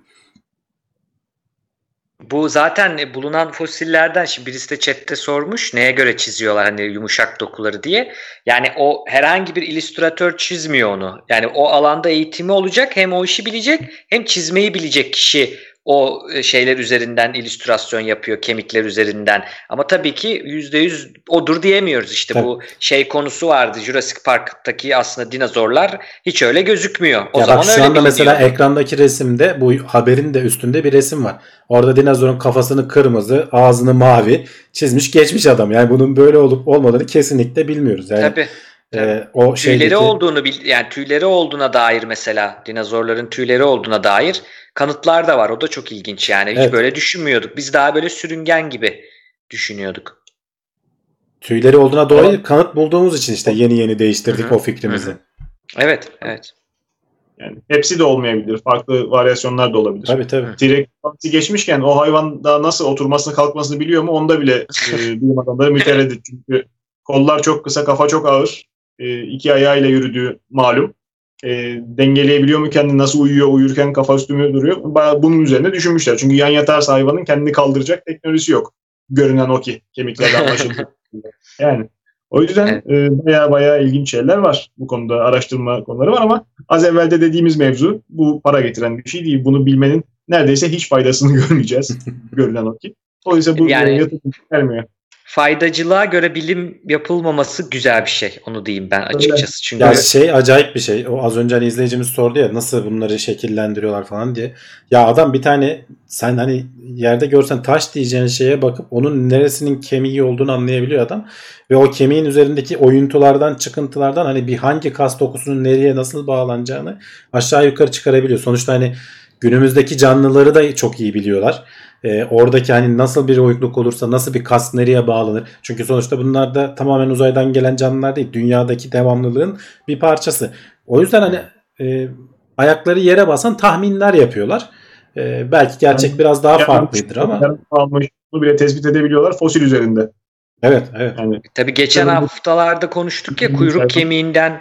[SPEAKER 4] Bu zaten bulunan fosillerden, şimdi birisi de chatte sormuş neye göre çiziyorlar hani yumuşak dokuları diye. Yani o herhangi bir illüstratör çizmiyor onu. Yani o alanda eğitimi olacak, hem o işi bilecek hem çizmeyi bilecek kişi o şeyler üzerinden illüstrasyon yapıyor, kemikler üzerinden. Ama tabii ki yüzde yüz odur diyemiyoruz. İşte
[SPEAKER 2] Tabii.
[SPEAKER 4] bu şey konusu vardı. Jurassic Park'taki aslında dinozorlar hiç öyle gözükmüyor. O
[SPEAKER 2] Ya
[SPEAKER 4] zaman
[SPEAKER 2] bak, şu
[SPEAKER 4] öyle
[SPEAKER 2] anda mesela
[SPEAKER 4] biliniyordu.
[SPEAKER 2] ekrandaki resimde, bu haberin de üstünde bir resim var. Orada dinozorun kafasını kırmızı, ağzını mavi çizmiş geçmiş adam. Yani bunun böyle olup olmadığını kesinlikle bilmiyoruz. Yani
[SPEAKER 4] Tabii.
[SPEAKER 2] e, o
[SPEAKER 4] Tüyleri
[SPEAKER 2] şeydeki...
[SPEAKER 4] olduğunu bil, yani tüyleri olduğuna dair, mesela dinozorların tüyleri olduğuna dair kanıtlar da var. O da çok ilginç yani. Hiç
[SPEAKER 2] Evet.
[SPEAKER 4] böyle düşünmüyorduk. Biz daha böyle sürüngen gibi düşünüyorduk.
[SPEAKER 2] Tüyleri olduğuna dolayı kanıt bulduğumuz için işte yeni yeni değiştirdik
[SPEAKER 4] Hı hı.
[SPEAKER 2] o fikrimizi.
[SPEAKER 4] Hı hı. Evet, evet.
[SPEAKER 3] Yani hepsi de olmayabilir. Farklı varyasyonlar da olabilir.
[SPEAKER 2] Tabii tabii.
[SPEAKER 3] T-Rex geçmişken o hayvan daha nasıl oturmasını kalkmasını biliyor mu? Onda bile e, bilim adamları mütereddit. Çünkü kollar çok kısa, kafa çok ağır. E, iki ayağıyla yürüdüğü malum. E, dengeleyebiliyor mu kendini? Nasıl uyuyor? Uyurken kafa üstü mü duruyor? Bayağı bunun üzerine düşünmüşler. Çünkü yan yatarsa hayvanın kendini kaldıracak teknolojisi yok. Görünen o ki kemiklerden anlaşıldı. Yani o yüzden
[SPEAKER 4] Evet.
[SPEAKER 3] e, bayağı bayağı ilginç şeyler var. Bu konuda araştırma konuları var ama az evvel de dediğimiz mevzu, bu para getiren bir şey değil. Bunu bilmenin neredeyse hiç faydasını görmeyeceğiz. Görünen o ki. Dolayısıyla bu
[SPEAKER 4] Yani-
[SPEAKER 3] yani, yatırım vermiyor.
[SPEAKER 4] Faydacılığa göre bilim yapılmaması güzel bir şey. Onu diyeyim ben açıkçası. Çünkü
[SPEAKER 2] Ya şey, acayip bir şey. O az önce hani izleyicimiz sordu ya, nasıl bunları şekillendiriyorlar falan diye. Ya adam bir tane, sen hani yerde görsen taş diyeceğin şeye bakıp onun neresinin kemiği olduğunu anlayabiliyor adam. Ve o kemiğin üzerindeki oyuntulardan, çıkıntılardan hani bir hangi kas dokusunun nereye nasıl bağlanacağını aşağı yukarı çıkarabiliyor. Sonuçta hani günümüzdeki canlıları da çok iyi biliyorlar. Ee, oradaki hani nasıl bir oyukluk olursa nasıl bir kas nereye bağlanır. Çünkü sonuçta bunlar da tamamen uzaydan gelen canlılar değil. Dünyadaki devamlılığın bir parçası. O yüzden hani e, ayakları yere basan tahminler yapıyorlar. E, belki gerçek
[SPEAKER 3] Yani-
[SPEAKER 2] biraz daha
[SPEAKER 3] Yani
[SPEAKER 2] farklıdır ama.
[SPEAKER 3] yarım almış, bunu bile tespit edebiliyorlar fosil üzerinde.
[SPEAKER 2] Evet, evet.
[SPEAKER 3] Yani
[SPEAKER 4] tabii geçen
[SPEAKER 3] Tabii bu-
[SPEAKER 4] haftalarda konuştuk ya,
[SPEAKER 3] Hı,
[SPEAKER 4] kuyruk
[SPEAKER 3] zaten-
[SPEAKER 4] kemiğinden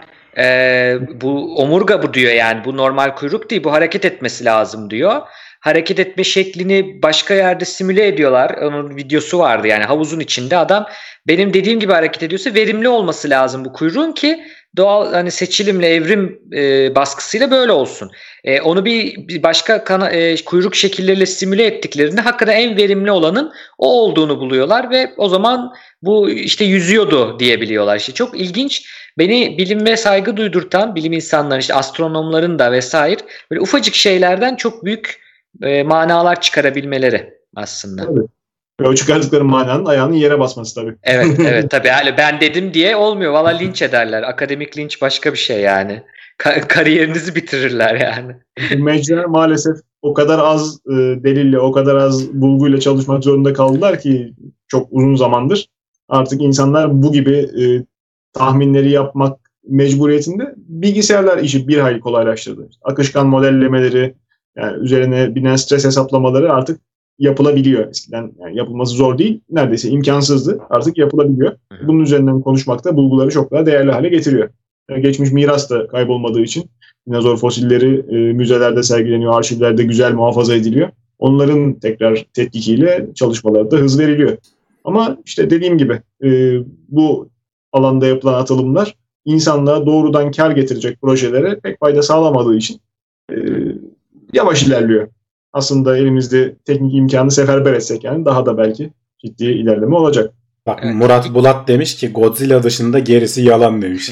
[SPEAKER 4] e, bu omurga bu diyor, yani bu normal kuyruk değil, bu hareket etmesi lazım diyor. Hareket etme şeklini başka yerde simüle ediyorlar. Onun videosu vardı, yani havuzun içinde adam benim dediğim gibi hareket ediyorsa verimli olması lazım bu kuyruğun ki doğal hani seçilimle, evrim e, baskısıyla böyle olsun. E, onu bir, bir başka kana, e, kuyruk şekilleriyle simüle ettiklerinde hakikaten en verimli olanın o olduğunu buluyorlar ve o zaman bu işte yüzüyordu diyebiliyorlar. İşte çok ilginç. Beni bilime saygı duydurtan bilim insanları, işte astronomların da vesaire, böyle ufacık şeylerden çok büyük e, manalar çıkarabilmeleri aslında.
[SPEAKER 3] Tabii. ve o çıkardıkları mananın ayağının yere basması tabii.
[SPEAKER 4] Evet, evet tabii. Yani ben dedim diye olmuyor. Valla linç ederler. Akademik linç başka bir şey yani. Ka- kariyerinizi bitirirler yani.
[SPEAKER 3] Mecra maalesef o kadar az e, delille, o kadar az bulguyla çalışmak zorunda kaldılar ki çok uzun zamandır. Artık insanlar bu gibi e, tahminleri yapmak mecburiyetinde. Bilgisayarlar işi bir hayli kolaylaştırdı. Akışkan modellemeleri, yani üzerine binen stres hesaplamaları artık yapılabiliyor. Eskiden yani yapılması zor değil, neredeyse imkansızdı. Artık yapılabiliyor. Bunun üzerinden konuşmak da bulguları çok daha değerli hale getiriyor. Yani geçmiş miras da kaybolmadığı için dinozor fosilleri e, müzelerde sergileniyor, arşivlerde güzel muhafaza ediliyor. Onların tekrar tetkikiyle çalışmalara da hız veriliyor. Ama işte dediğim gibi e, bu alanda yapılan atılımlar insanlığa doğrudan kar getirecek projelere pek fayda sağlamadığı için e, yavaş ilerliyor. Aslında elimizde teknik imkanı seferber etsek yani daha da belki ciddi ilerleme olacak.
[SPEAKER 2] Bak Murat Bulat demiş ki Godzilla dışında gerisi yalan demiş.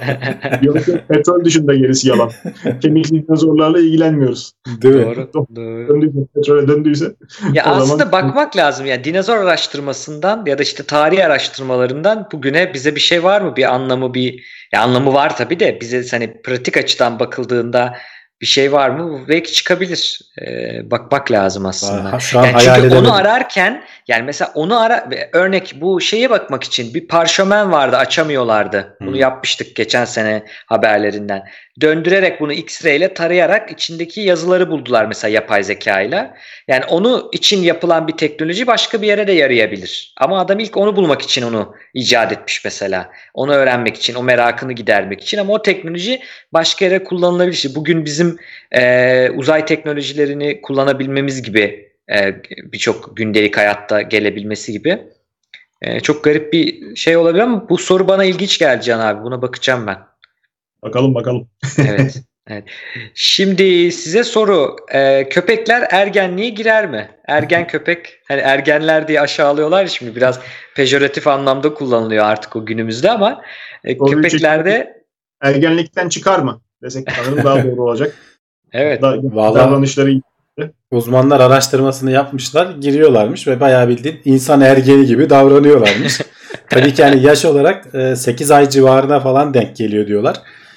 [SPEAKER 3] Yok, petrol dışında gerisi yalan. Kemikli dinozorlarla ilgilenmiyoruz.
[SPEAKER 2] Değil mi?
[SPEAKER 4] Doğru. Doğru.
[SPEAKER 3] Döndüyse, petrole döndüyse.
[SPEAKER 4] Ya
[SPEAKER 3] o
[SPEAKER 4] aslında
[SPEAKER 3] zaman...
[SPEAKER 4] bakmak lazım ya, dinozor araştırmasından ya da işte tarih araştırmalarından bugüne bize bir şey var mı? Bir anlamı bir ya anlamı var tabii de bize hani pratik açıdan bakıldığında bir şey var mı? Belki çıkabilir. Ee, bakmak lazım aslında.
[SPEAKER 2] Ha, şu an
[SPEAKER 4] yani
[SPEAKER 2] hayal
[SPEAKER 4] çünkü
[SPEAKER 2] edemedim.
[SPEAKER 4] onu ararken yani mesela onu ara örnek bu şeye bakmak için bir parşömen vardı, açamıyorlardı. Bunu
[SPEAKER 2] Hmm.
[SPEAKER 4] yapmıştık geçen sene haberlerinden. Döndürerek bunu X-ray ile tarayarak içindeki yazıları buldular mesela yapay zeka ile. Yani onu için yapılan bir teknoloji başka bir yere de yarayabilir. Ama adam ilk onu bulmak için onu icat etmiş mesela. Onu öğrenmek için, o merakını gidermek için, ama o teknoloji başka yere kullanılabilir. Bugün bizim e, uzay teknolojilerini kullanabilmemiz gibi, e, birçok gündelik hayatta gelebilmesi gibi e, çok garip bir şey olabilir ama bu soru bana ilginç geldi Can abi. Buna bakacağım ben.
[SPEAKER 3] Bakalım bakalım.
[SPEAKER 4] Evet. Evet. Şimdi size soru. Ee, köpekler ergenliğe girer mi? Ergen köpek, hani ergenler diye aşağılıyorlar ya, şimdi biraz pejoratif anlamda kullanılıyor artık o günümüzde, ama e, köpeklerde
[SPEAKER 3] ergenlikten çıkar mı desek sanırım daha doğru olacak.
[SPEAKER 4] evet.
[SPEAKER 3] Da,
[SPEAKER 2] Vallahi-
[SPEAKER 3] davranışları iyi.
[SPEAKER 2] Uzmanlar araştırmasını yapmışlar, giriyorlarmış ve bayağı bildiğin insan ergeni gibi davranıyorlarmış. Tabii ki yani yaş olarak sekiz ay civarına falan denk geliyor diyorlar.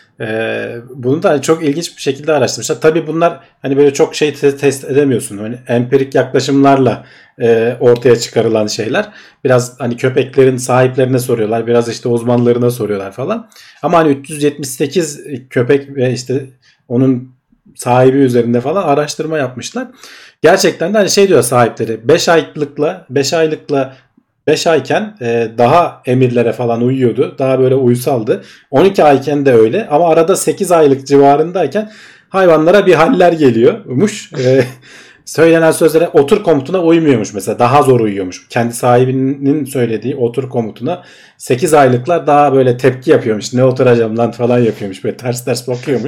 [SPEAKER 2] Ee, bunu da çok ilginç bir şekilde araştırmışlar. Tabii bunlar hani böyle çok şey te- test edemiyorsun. Hani empirik yaklaşımlarla e, ortaya çıkarılan şeyler. Biraz hani köpeklerin sahiplerine soruyorlar, biraz işte uzmanlarına soruyorlar falan. Ama hani üç yüz yetmiş sekiz köpek ve işte onun sahibi üzerinde falan araştırma yapmışlar. Gerçekten de hani şey diyor sahipleri, beş aylıkla beş aylıkla beş ayken e, daha emirlere falan uyuyordu. Daha böyle uysaldı. on iki ayken de öyle. Ama arada sekiz aylık civarındayken hayvanlara bir haller geliyormuş. E, söylenen sözlere otur komutuna uymuyormuş mesela. Daha zor uyuyormuş. Kendi sahibinin söylediği otur komutuna sekiz aylıklar daha böyle tepki yapıyormuş. Ne oturacağım lan falan yapıyormuş. Böyle ters ters bakıyormuş.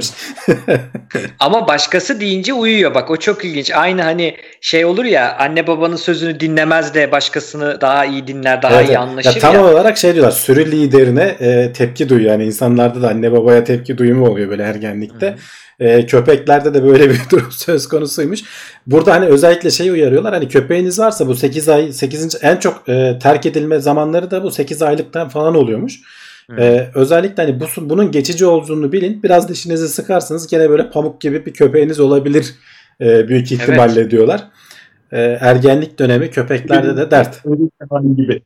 [SPEAKER 4] Ama başkası deyince uyuyor. Bak o çok ilginç. Aynı hani şey olur ya, anne babanın sözünü dinlemez de başkasını daha iyi dinler, daha
[SPEAKER 2] Evet,
[SPEAKER 4] iyi
[SPEAKER 2] evet.
[SPEAKER 4] anlaşır
[SPEAKER 2] ya. Tam
[SPEAKER 4] ya.
[SPEAKER 2] olarak şey diyorlar, sürü liderine e, tepki duyuyor. Yani insanlarda da anne babaya tepki duyumu oluyor böyle ergenlikte. E, köpeklerde de böyle bir durum söz konusuymuş. Burada hani özellikle şey uyarıyorlar. Hani köpeğiniz varsa bu sekiz ay sekizinci en çok e, terk edilme zamanları da bu sekiz aylıktan falan oluyormuş. Ee, özellikle hani bu, bunun geçici olduğunu bilin. Biraz dişinizi sıkarsınız gene böyle pamuk gibi bir köpeğiniz olabilir e, büyük ihtimalle
[SPEAKER 4] Evet.
[SPEAKER 2] diyorlar. E, ergenlik dönemi köpeklerde de dert.
[SPEAKER 3] gibi.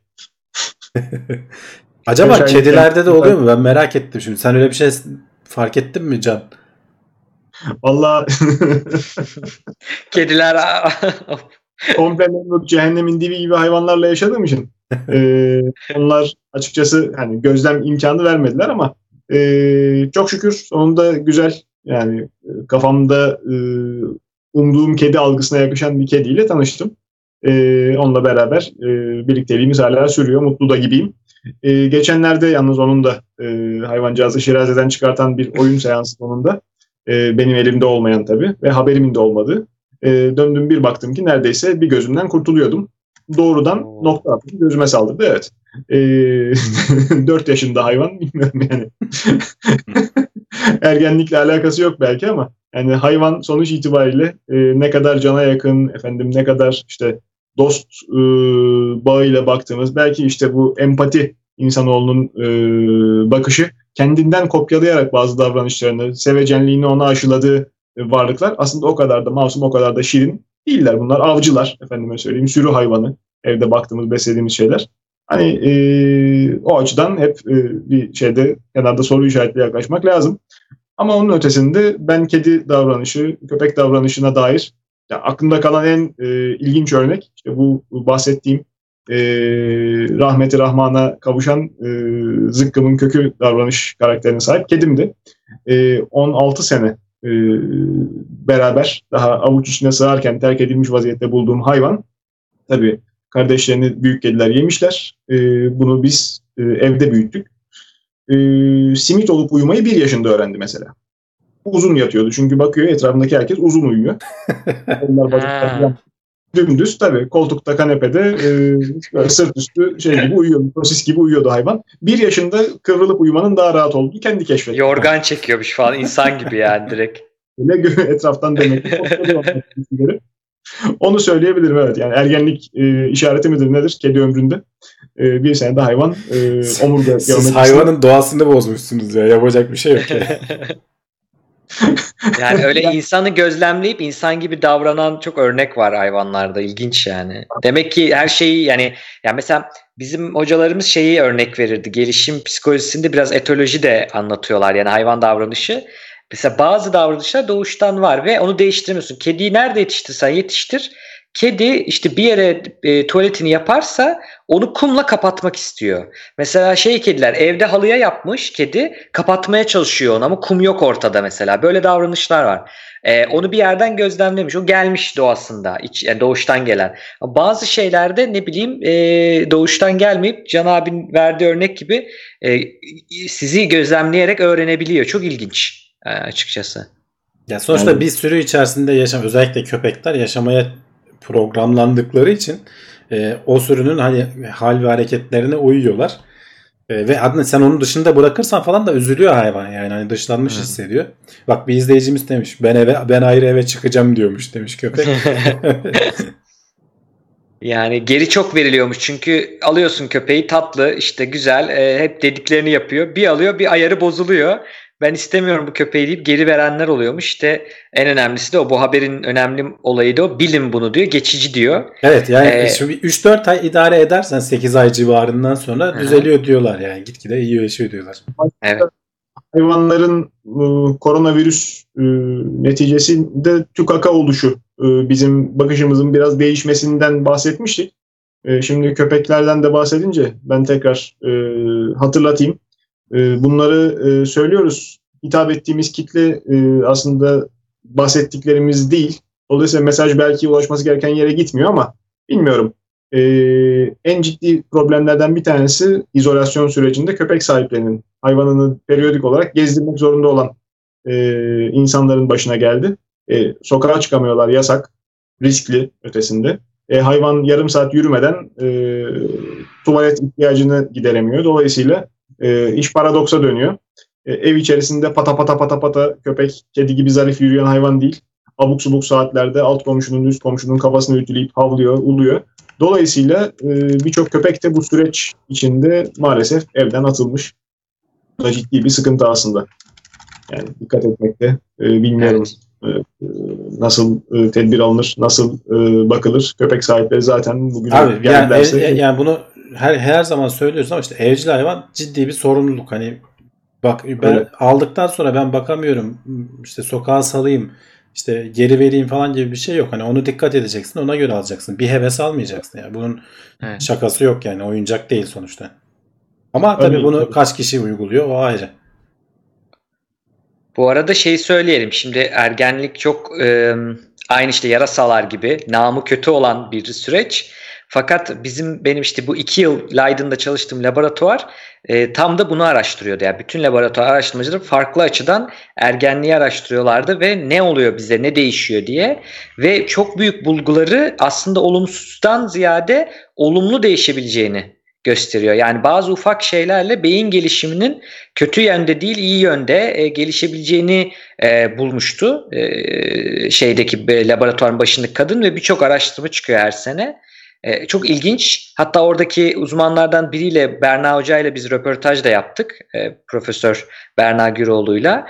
[SPEAKER 2] Acaba
[SPEAKER 3] Özellikle-
[SPEAKER 2] kedilerde de oluyor mu? Ben merak ettim şimdi. Sen öyle bir şey fark ettin mi Can?
[SPEAKER 3] Vallahi
[SPEAKER 4] Kediler
[SPEAKER 3] komple memnun cehennemin dibi gibi hayvanlarla yaşadığım için e, onlar açıkçası hani gözlem imkanı vermediler ama e, çok şükür sonunda güzel, yani e, kafamda e, umduğum kedi algısına yakışan bir kediyle tanıştım. E, onunla beraber e, birlikteliğimiz hala sürüyor. Mutlu da gibiyim. E, geçenlerde yalnız onun da e, hayvancağızı Şiraze'den çıkartan bir oyun seansı sonunda, e, benim elimde olmayan tabii ve haberimin de olmadığı, e, döndüm bir baktım ki neredeyse bir gözümden kurtuluyordum. Doğrudan
[SPEAKER 4] Oo.
[SPEAKER 3] nokta atışı gözüme saldırdı, evet. E, dört yaşında hayvan, bilmiyorum yani. Ergenlikle alakası yok belki ama yani hayvan sonuç itibariyle e, ne kadar cana yakın, efendim ne kadar işte dost e, bağıyla baktığımız, belki işte bu empati insanoğlunun e, bakışı kendinden kopyalayarak bazı davranışlarını, sevecenliğini ona aşıladığı varlıklar aslında o kadar da masum, o kadar da şirin değiller. Bunlar avcılar, efendime söyleyeyim, sürü hayvanı, evde baktığımız, beslediğimiz şeyler. Hani e, o açıdan hep e, bir şeyde kenarda soru işaretli yaklaşmak lazım. Ama onun ötesinde ben kedi davranışı, köpek davranışına dair ya aklımda kalan en e, ilginç örnek işte bu, bu bahsettiğim e, rahmeti rahmana kavuşan e, zıkkımın kökü davranış karakterine sahip kedimdi. E, on altı sene e, beraber daha avuç içine sığarken terk edilmiş vaziyette bulduğum hayvan, tabii kardeşlerini büyük kediler yemişler. E, bunu biz e, evde büyüttük. E, simit olup uyumayı bir yaşında öğrendi mesela. Uzun yatıyordu çünkü bakıyor etrafındaki herkes uzun uyuyor. Onlar bacaklar dümdüz, tabii koltukta, kanepede e, böyle sırt üstü şey gibi uyuyordu. Sosis gibi uyuyordu hayvan. Bir yaşında kıvrılıp uyumanın daha rahat olduğunu kendi keşfetti.
[SPEAKER 4] Yorgan çekiyormuş falan, insan gibi yani direkt.
[SPEAKER 3] Etraftan demek ki. Onu söyleyebilirim, evet. Yani ergenlik e, işareti midir nedir kedi ömründe? E, bir senede hayvan e, omurga.
[SPEAKER 2] Siz hayvanın doğasını bozmuşsunuz ya. Yapacak bir şey yok. Yani.
[SPEAKER 4] Yani öyle insanı gözlemleyip insan gibi davranan çok örnek var hayvanlarda. İlginç yani. Demek ki her şeyi yani, yani mesela bizim hocalarımız şeyi örnek verirdi. Gelişim psikolojisinde biraz etoloji de anlatıyorlar. Yani hayvan davranışı. Mesela bazı davranışlar doğuştan var ve onu değiştirmiyorsun. Kediyi nerede yetiştirsen yetiştir. Kedi işte bir yere e, tuvaletini yaparsa onu kumla kapatmak istiyor. Mesela şey kediler evde halıya yapmış, kedi kapatmaya çalışıyor onu ama kum yok ortada mesela. Böyle davranışlar var. E, onu bir yerden gözlemlemiş. O gelmiş doğasında, iç, yani doğuştan gelen. Bazı şeylerde ne bileyim e, doğuştan gelmeyip Can abinin verdiği örnek gibi e, sizi gözlemleyerek öğrenebiliyor. Çok ilginç e, açıkçası.
[SPEAKER 2] Ya sonuçta yani bir sürü içerisinde yaşam, özellikle köpekler yaşamaya programlandıkları için e, o sürünün hani hal ve hareketlerine uyuyorlar. E, ve adını sen onun dışında bırakırsan falan da üzülüyor hayvan, yani hani dışlanmış hmm. hissediyor. Bak bir izleyicimiz demiş, ben eve ben ayrı eve çıkacağım diyormuş demiş köpek.
[SPEAKER 4] Yani geri çok veriliyormuş çünkü alıyorsun köpeği, tatlı işte güzel e, hep dediklerini yapıyor, bir alıyor bir ayarı bozuluyor. Ben istemiyorum bu köpeği deyip geri verenler oluyormuş. İşte en önemlisi de o, bu haberin önemli olayı da o. Bilin bunu diyor. Geçici diyor.
[SPEAKER 2] Evet yani ee, üç dört ay idare edersen sekiz ay civarından sonra düzeliyor hı. diyorlar yani. Gitgide iyileşiyor diyorlar.
[SPEAKER 4] Evet.
[SPEAKER 3] Hayvanların e, koronavirüs e, neticesinde tükaka oluşu, e, bizim bakışımızın biraz değişmesinden bahsetmiştik. E, şimdi köpeklerden de bahsedince ben tekrar e, hatırlatayım. Bunları söylüyoruz. Hitap ettiğimiz kitle aslında bahsettiklerimiz değil. Dolayısıyla mesaj belki ulaşması gereken yere gitmiyor ama bilmiyorum. En ciddi problemlerden bir tanesi izolasyon sürecinde köpek sahiplerinin hayvanını periyodik olarak gezdirmek zorunda olan insanların başına geldi. Sokağa çıkamıyorlar, yasak, riskli ötesinde. Hayvan yarım saat yürümeden tuvalet ihtiyacını gideremiyor. Dolayısıyla E, iş paradoksa dönüyor. E, ev içerisinde pata pata pata pata köpek, kedi gibi zarif yürüyen hayvan değil. Abuk subuk saatlerde alt komşunun, üst komşunun kafasını ütüleyip havlıyor, uluyor. Dolayısıyla e, birçok köpek de bu süreç içinde maalesef evden atılmış. Bu da ciddi bir sıkıntı aslında. Yani dikkat etmekte e, bilmiyorum evet. e, nasıl e, tedbir alınır, nasıl e, bakılır. Köpek sahipleri zaten bugün
[SPEAKER 2] Abi, geldilerse... Yani, yani bunu her her zaman söylüyoruz ama işte evcil hayvan ciddi bir sorumluluk. Hani bak ben evet. aldıktan sonra ben bakamıyorum, işte sokağa salayım, işte geri vereyim falan gibi bir şey yok. Hani onu dikkat edeceksin, ona göre alacaksın. Bir heves almayacaksın yani. Bunun evet. şakası yok yani, oyuncak değil sonuçta. Ama tabii Öyle, bunu tabii. kaç kişi uyguluyor o ayrı.
[SPEAKER 4] Bu arada şey söyleyelim, şimdi ergenlik çok e, aynı işte yarasalar gibi namı kötü olan bir süreç. Fakat bizim benim işte bu iki yıl Leiden'da çalıştığım laboratuvar e, tam da bunu araştırıyordu. Yani bütün laboratuvar araştırmacıları farklı açıdan ergenliği araştırıyorlardı ve ne oluyor bize, ne değişiyor diye. Ve çok büyük bulguları aslında olumsuzdan ziyade olumlu değişebileceğini gösteriyor. Yani bazı ufak şeylerle beyin gelişiminin kötü yönde değil iyi yönde e, gelişebileceğini e, bulmuştu. E, şeydeki e, laboratuvarın başındaki kadın ve birçok araştırma çıkıyor her sene. Ee, çok ilginç. Hatta oradaki uzmanlardan biriyle, Berna Hoca ile biz röportaj da yaptık. Ee, Profesör Berna Güroğlu'yla.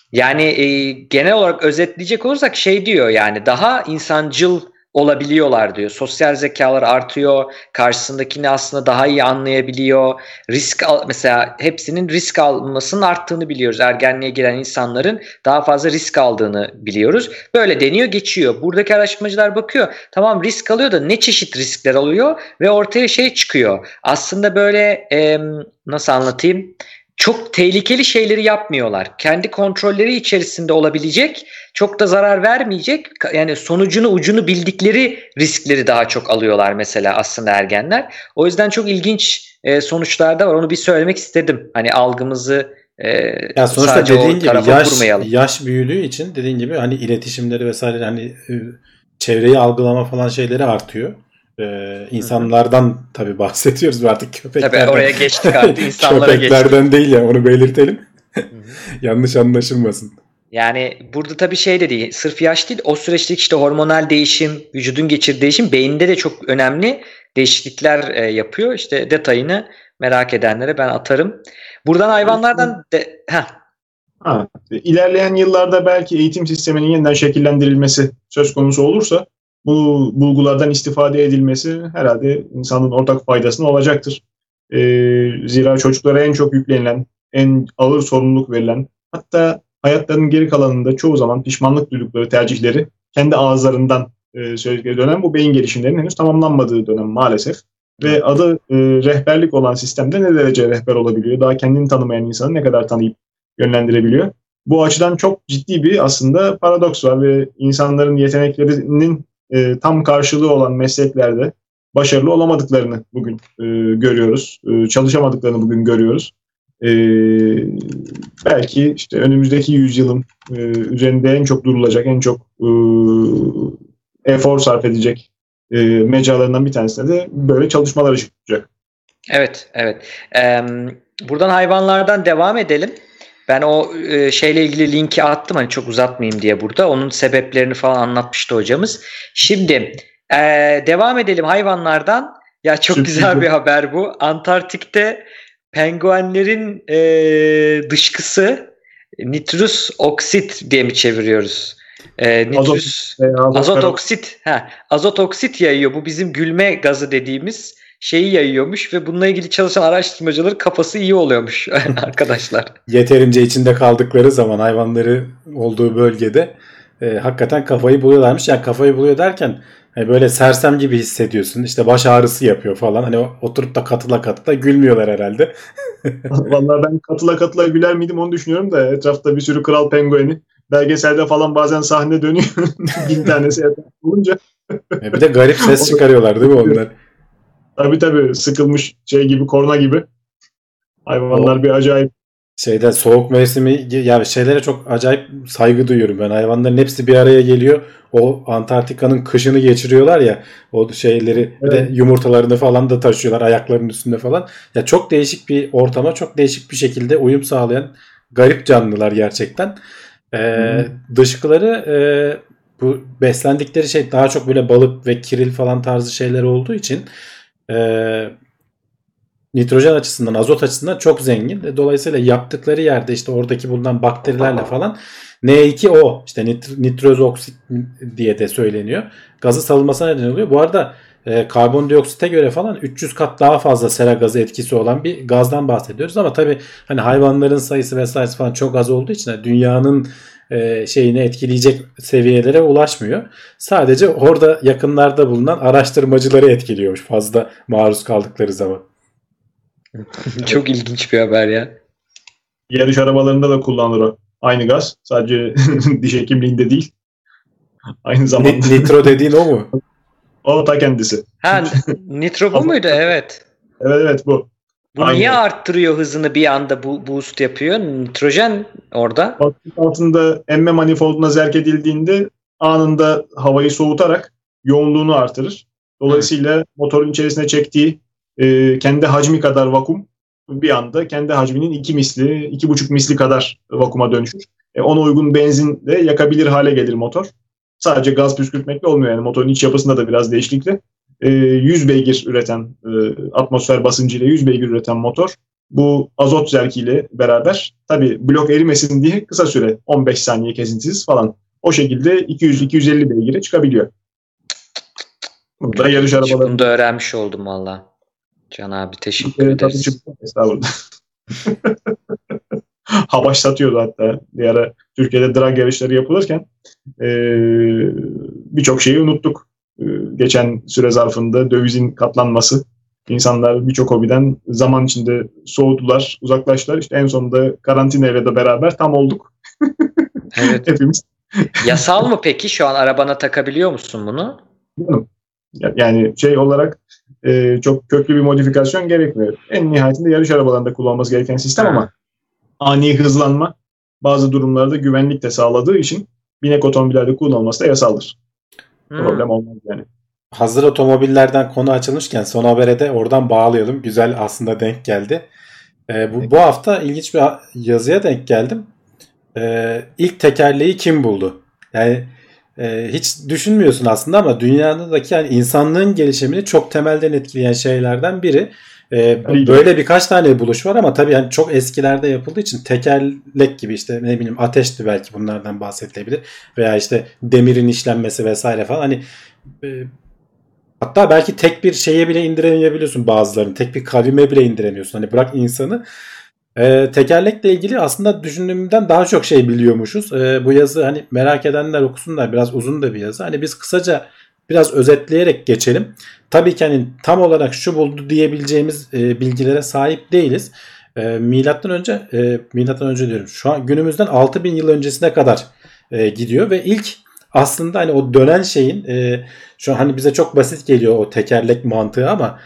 [SPEAKER 4] Yani e, genel olarak özetleyecek olursak şey diyor, yani daha insancıl olabiliyorlar diyor. Sosyal zekalar artıyor. Karşısındakini aslında daha iyi anlayabiliyor. Risk al, mesela hepsinin risk almasının arttığını biliyoruz. Ergenliğe giren insanların daha fazla risk aldığını biliyoruz. Böyle deniyor, geçiyor. Buradaki araştırmacılar bakıyor. Tamam, risk alıyor da ne çeşit riskler alıyor ve ortaya şey çıkıyor. Aslında böyle e, nasıl anlatayım? Çok tehlikeli şeyleri yapmıyorlar. Kendi kontrolleri içerisinde olabilecek, çok da zarar vermeyecek, yani sonucunu ucunu bildikleri riskleri daha çok alıyorlar mesela aslında ergenler. O yüzden çok ilginç e, sonuçlar da var. Onu bir söylemek istedim. Hani algımızı e,
[SPEAKER 2] Ya sonuçta
[SPEAKER 4] sadece
[SPEAKER 2] dediğin
[SPEAKER 4] o
[SPEAKER 2] gibi
[SPEAKER 4] tarafa
[SPEAKER 2] yaş
[SPEAKER 4] vurmayalım.
[SPEAKER 2] yaş büyüdüğü için dediğin gibi hani iletişimleri vesaire hani e, çevreyi algılama falan şeyleri artıyor. Ee, insanlardan tabii bahsediyoruz artık, köpeklerden.
[SPEAKER 4] Tabii oraya geçtik artık, insanlara geçtik.
[SPEAKER 2] Köpeklerden değil ya, onu belirtelim. Yanlış anlaşılmasın.
[SPEAKER 4] Yani burada tabii şey de değil, sırf yaş değil, o süreçteki işte hormonal değişim, vücudun geçirdiği değişim beyinde de çok önemli değişiklikler e, yapıyor. İşte detayını merak edenlere ben atarım. Buradan hayvanlardan de... Heh.
[SPEAKER 3] Ha, ilerleyen yıllarda belki eğitim sisteminin yeniden şekillendirilmesi söz konusu olursa bu bulgulardan istifade edilmesi herhalde insanın ortak faydasına olacaktır. Ee, zira çocuklara en çok yüklenilen, en ağır sorumluluk verilen, hatta hayatlarının geri kalanında çoğu zaman pişmanlık duydukları tercihleri kendi ağızlarından e, söyledikleri dönem bu beyin gelişimlerinin henüz tamamlanmadığı dönem maalesef. Ve adı e, rehberlik olan sistemde ne derece rehber olabiliyor? Daha kendini tanımayan insanı ne kadar tanıyıp yönlendirebiliyor? Bu açıdan çok ciddi bir aslında paradoks var ve insanların yeteneklerinin e, tam karşılığı olan mesleklerde başarılı olamadıklarını bugün e, görüyoruz. E, çalışamadıklarını bugün görüyoruz. E, belki işte önümüzdeki yüzyılın e, üzerinde en çok durulacak, en çok e, efor sarf edecek e, mecralarından bir tanesinde de böyle çalışmalar ışık tutacak.
[SPEAKER 4] Evet, evet. Ee, buradan hayvanlardan devam edelim. Ben o e, şeyle ilgili linki attım, hani çok uzatmayayım diye burada. Onun sebeplerini falan anlatmıştı hocamız. Şimdi e, devam edelim hayvanlardan. Ya çok
[SPEAKER 3] Sürpriz
[SPEAKER 4] güzel
[SPEAKER 3] bu.
[SPEAKER 4] bir haber bu. Antarktik'te penguenlerin e, dışkısı nitrous oksit diye mi çeviriyoruz? E, nitrous
[SPEAKER 3] Azot, e,
[SPEAKER 4] azot oksit. Ha, azot oksit yayıyor. Bu bizim gülme gazı dediğimiz şeyi yayıyormuş ve bununla ilgili çalışan araştırmacıların kafası iyi oluyormuş arkadaşlar.
[SPEAKER 2] Yeterince içinde kaldıkları zaman hayvanları olduğu bölgede e, hakikaten kafayı buluyorlarmış. Yani kafayı buluyor derken hani böyle sersem gibi hissediyorsun. İşte baş ağrısı yapıyor falan. Hani oturup da katıla katıla gülmüyorlar herhalde.
[SPEAKER 3] Vallahi ben katıla katıla güler miydim onu düşünüyorum da etrafta bir sürü kral pengueni. Belgeselde falan bazen sahne dönüyor. Bin tanesi olunca.
[SPEAKER 2] E bir de garip ses çıkarıyorlar değil mi onlar?
[SPEAKER 3] Tabii tabii, sıkılmış şey gibi, korna gibi. Hayvanlar
[SPEAKER 2] O,
[SPEAKER 3] bir acayip.
[SPEAKER 2] şeyde soğuk mevsimi, yani şeylere çok acayip saygı duyuyorum ben. Hayvanların hepsi bir araya geliyor. O Antarktika'nın kışını geçiriyorlar ya. O şeyleri bir de
[SPEAKER 3] Evet.
[SPEAKER 2] yumurtalarını falan da taşıyorlar ayaklarının üstünde falan. Ya çok değişik bir ortama, çok değişik bir şekilde uyum sağlayan garip canlılar gerçekten. Ee, dışkıları e, bu beslendikleri şey daha çok böyle balık ve kiril falan tarzı şeyler olduğu için e, nitrojen açısından, azot açısından çok zengin. E, Dolayısıyla yaptıkları yerde işte oradaki bulunan bakterilerle falan N iki O işte nit- nitroz oksit diye de söyleniyor. Gazı salınmasına neden oluyor. Bu arada e, karbondioksite göre falan üç yüz kat daha fazla sera gazı etkisi olan bir gazdan bahsediyoruz. Ama tabii hani hayvanların sayısı vesairesi falan çok az olduğu için dünyanın e, şeyini etkileyecek seviyelere ulaşmıyor. Sadece orada yakınlarda bulunan araştırmacıları etkiliyormuş fazla maruz kaldıkları zaman.
[SPEAKER 4] Çok ilginç bir haber ya.
[SPEAKER 3] Yarış arabalarında da kullanılır o. Aynı gaz. Sadece diş hekimliğinde değil. Aynı zamanda.
[SPEAKER 2] Nit- nitro dediğin o mu?
[SPEAKER 3] O ta kendisi.
[SPEAKER 4] Ha, nitro bu muydu? Evet.
[SPEAKER 3] Evet evet bu.
[SPEAKER 4] Bu
[SPEAKER 3] Aynı.
[SPEAKER 4] niye arttırıyor hızını, bir anda bu boost yapıyor? Nitrojen orada.
[SPEAKER 3] Basınç altında emme manifolduna zerk edildiğinde anında havayı soğutarak yoğunluğunu artırır. Dolayısıyla motorun içerisine çektiği e, kendi hacmi kadar vakum bir anda kendi hacminin iki misli, iki buçuk misli kadar vakuma dönüşür. E, ona uygun benzin de yakabilir hale gelir motor. Sadece gaz püskürtmekle olmuyor, yani motorun iç yapısında da biraz değişiklikle. E, yüz beygir üreten, e, atmosfer basıncıyla yüz beygir üreten motor Bu azot zerkiyle beraber tabii blok erimesin diye kısa süre on beş saniye kesintisiz falan o şekilde iki yüz iki yüz elli beygire çıkabiliyor. Bu da yarış arabaları.
[SPEAKER 4] Bunu da öğrenmiş oldum valla. Can abi teşekkür
[SPEAKER 3] Evet,
[SPEAKER 4] ederiz.
[SPEAKER 3] Estağfurullah. Habaş satıyordu hatta. Bir ara Türkiye'de drag yarışları yapılırken e, birçok şeyi unuttuk. E, geçen süre zarfında dövizin katlanması, insanlar birçok hobiden zaman içinde soğudular, uzaklaştılar. İşte en sonunda karantinayla da beraber tam olduk.
[SPEAKER 4] Evet.
[SPEAKER 3] Hepimiz.
[SPEAKER 4] Yasal mı peki? Şu an arabana takabiliyor musun bunu?
[SPEAKER 3] Yani şey olarak e, çok köklü bir modifikasyon gerekmiyor. En nihayetinde yarış arabalarında kullanılması gereken sistem
[SPEAKER 4] Ha.
[SPEAKER 3] ama ani hızlanma bazı durumlarda güvenlik de sağladığı için binek otomobillerde kullanılması da yasaldır.
[SPEAKER 4] Hmm.
[SPEAKER 3] Problem olmaz yani.
[SPEAKER 2] Hazır otomobillerden konu açılmışken son habere de oradan bağlayalım. Güzel aslında denk geldi. Ee, bu, bu hafta ilginç bir yazıya denk geldim. Ee, ilk tekerleği kim buldu? Yani e, hiç düşünmüyorsun aslında ama dünyadaki yani insanlığın gelişimini çok temelden etkileyen şeylerden biri. Ee, böyle birkaç tane buluş var ama tabii yani çok eskilerde yapıldığı için tekerlek gibi işte ne bileyim ateşti belki bunlardan bahsedilebilir veya işte demirin işlenmesi vesaire falan hani e, hatta belki tek bir şeye bile indiremeyebiliyorsun bazılarını. Tek bir kavime bile indiremiyorsun. Hani bırak insanı. Ee, tekerlekle ilgili aslında düşündüğümden daha çok şey biliyormuşuz. Ee, bu yazı hani merak edenler okusunlar. Biraz uzun da bir yazı. Hani biz kısaca biraz özetleyerek geçelim. Tabii ki hani tam olarak şu buldu diyebileceğimiz e, bilgilere sahip değiliz. E, milattan önce e, milattan önce diyorum. Şu an günümüzden altı bin yıl öncesine kadar e, gidiyor ve ilk aslında hani o dönen şeyin e, şu an hani bize çok basit geliyor o tekerlek mantığı ama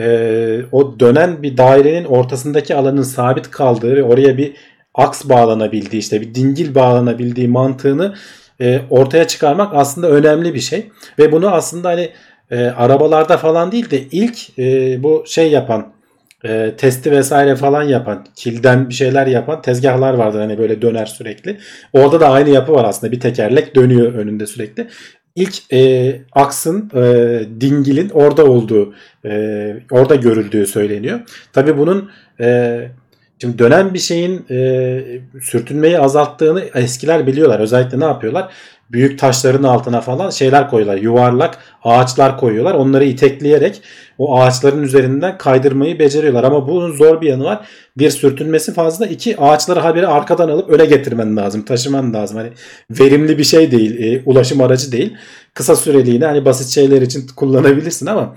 [SPEAKER 2] e, o dönen bir dairenin ortasındaki alanın sabit kaldığı ve oraya bir aks bağlanabildiği işte bir dingil bağlanabildiği mantığını e, ortaya çıkarmak aslında önemli bir şey ve bunu aslında hani e, arabalarda falan değil de ilk e, bu şey yapan e, testi vesaire falan yapan kilden bir şeyler yapan tezgahlar vardır hani böyle döner sürekli. Orada da aynı yapı var aslında bir tekerlek dönüyor önünde sürekli. İlk e, aksın e, dingilin orada olduğu e, orada görüldüğü söyleniyor. Tabii bunun e, şimdi dönen bir şeyin e, sürtünmeyi azalttığını eskiler biliyorlar. Özellikle ne yapıyorlar? Büyük taşların altına falan şeyler koyuyorlar. Yuvarlak ağaçlar koyuyorlar. Onları itekleyerek o ağaçların üzerinden kaydırmayı beceriyorlar. Ama bunun zor bir yanı var. Bir sürtünmesi fazla. İki ağaçları haberi arkadan alıp öne getirmen lazım. Taşıman lazım. Hani verimli bir şey değil. E, ulaşım aracı değil. Kısa süreliğine hani basit şeyler için kullanabilirsin ama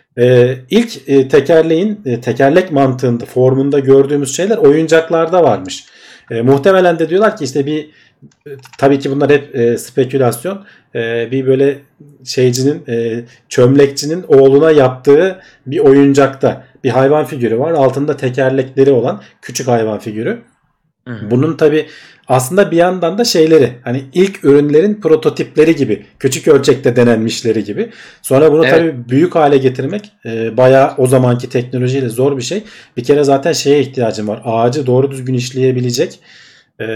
[SPEAKER 2] Ee, ilk e, tekerleğin e, tekerlek mantığında formunda gördüğümüz şeyler oyuncaklarda varmış. E, muhtemelen de diyorlar ki işte bir e, tabii ki bunlar hep e, spekülasyon. E, bir böyle şeycinin e, çömlekçinin oğluna yaptığı bir oyuncakta bir hayvan figürü var. Altında tekerlekleri olan küçük hayvan figürü. Bunun tabi aslında bir yandan da şeyleri hani ilk ürünlerin prototipleri gibi küçük ölçekte denenmişleri gibi. Sonra bunu evet. tabi büyük hale getirmek e, bayağı o zamanki teknolojiyle zor bir şey. Bir kere zaten şeye ihtiyacım var. Ağacı doğru düzgün işleyebilecek e,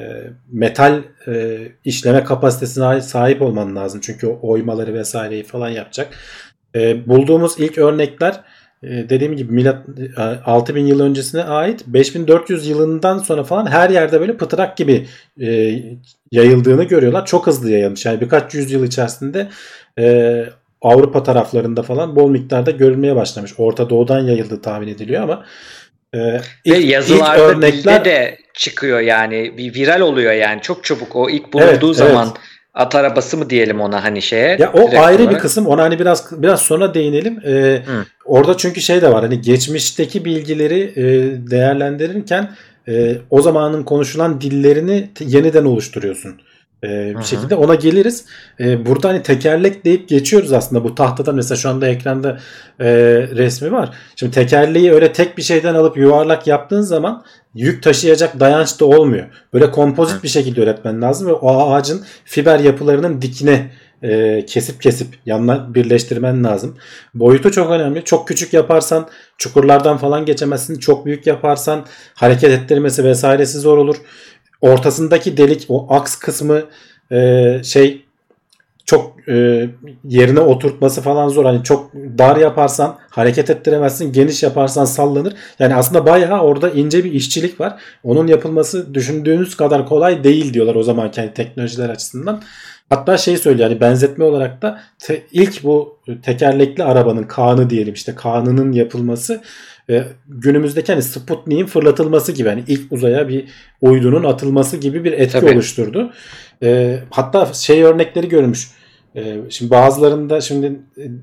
[SPEAKER 2] metal e, işleme kapasitesine sahip olman lazım. Çünkü o oymaları vesaireyi falan yapacak. E, bulduğumuz ilk örnekler dediğim gibi milat altı bin yıl öncesine ait beş bin dört yüz yılından sonra falan her yerde böyle pıtrak gibi e, yayıldığını görüyorlar. Çok hızlı yayılmış. Yani birkaç yüzyıl içerisinde e, Avrupa taraflarında falan bol miktarda görülmeye başlamış. Orta Doğu'dan yayıldığı tahmin ediliyor ama e, ilk,
[SPEAKER 4] ve yazılarda
[SPEAKER 2] ilk örnekler
[SPEAKER 4] de çıkıyor yani bir viral oluyor yani çok çabuk o ilk bulunduğu evet, zaman evet. At arabası mı diyelim ona hani şeye.
[SPEAKER 2] Ya o ayrı olarak bir kısım. Ona hani biraz biraz sonra değinelim. Ee, orada çünkü şey de var. Hani geçmişteki bilgileri e, değerlendirirken e, o zamanın konuşulan dillerini yeniden oluşturuyorsun. E, bir şekilde ona geliriz. E, burada hani tekerlek deyip geçiyoruz aslında. Bu tahtada mesela şu anda ekranda e, resmi var. Şimdi tekerleği öyle tek bir şeyden alıp yuvarlak yaptığın zaman yük taşıyacak dayanç da olmuyor. Böyle kompozit bir şekilde üretmen lazım ve o ağacın fiber yapılarının dikine e, kesip kesip yanına birleştirmen lazım. Boyutu çok önemli. Çok küçük yaparsan çukurlardan falan geçemezsin. Çok büyük yaparsan hareket ettirmesi vesairesi zor olur. Ortasındaki delik, o aks kısmı e, şey çok e, yerine oturtması falan zor. Hani çok dar yaparsan hareket ettiremezsin. Geniş yaparsan sallanır. Yani aslında bayağı orada ince bir işçilik var. Onun yapılması düşündüğünüz kadar kolay değil diyorlar o zamanki yani teknolojiler açısından. Hatta şey söylüyor yani benzetme olarak da te, ilk bu tekerlekli arabanın Kaan'ı diyelim işte Kaan'ının yapılması e, günümüzdeki hani Sputnik'in fırlatılması gibi yani ilk uzaya bir uydunun atılması gibi bir etki
[SPEAKER 4] Tabii.
[SPEAKER 2] oluşturdu. E, hatta şey örnekleri görmüş. E, şimdi bazılarında şimdi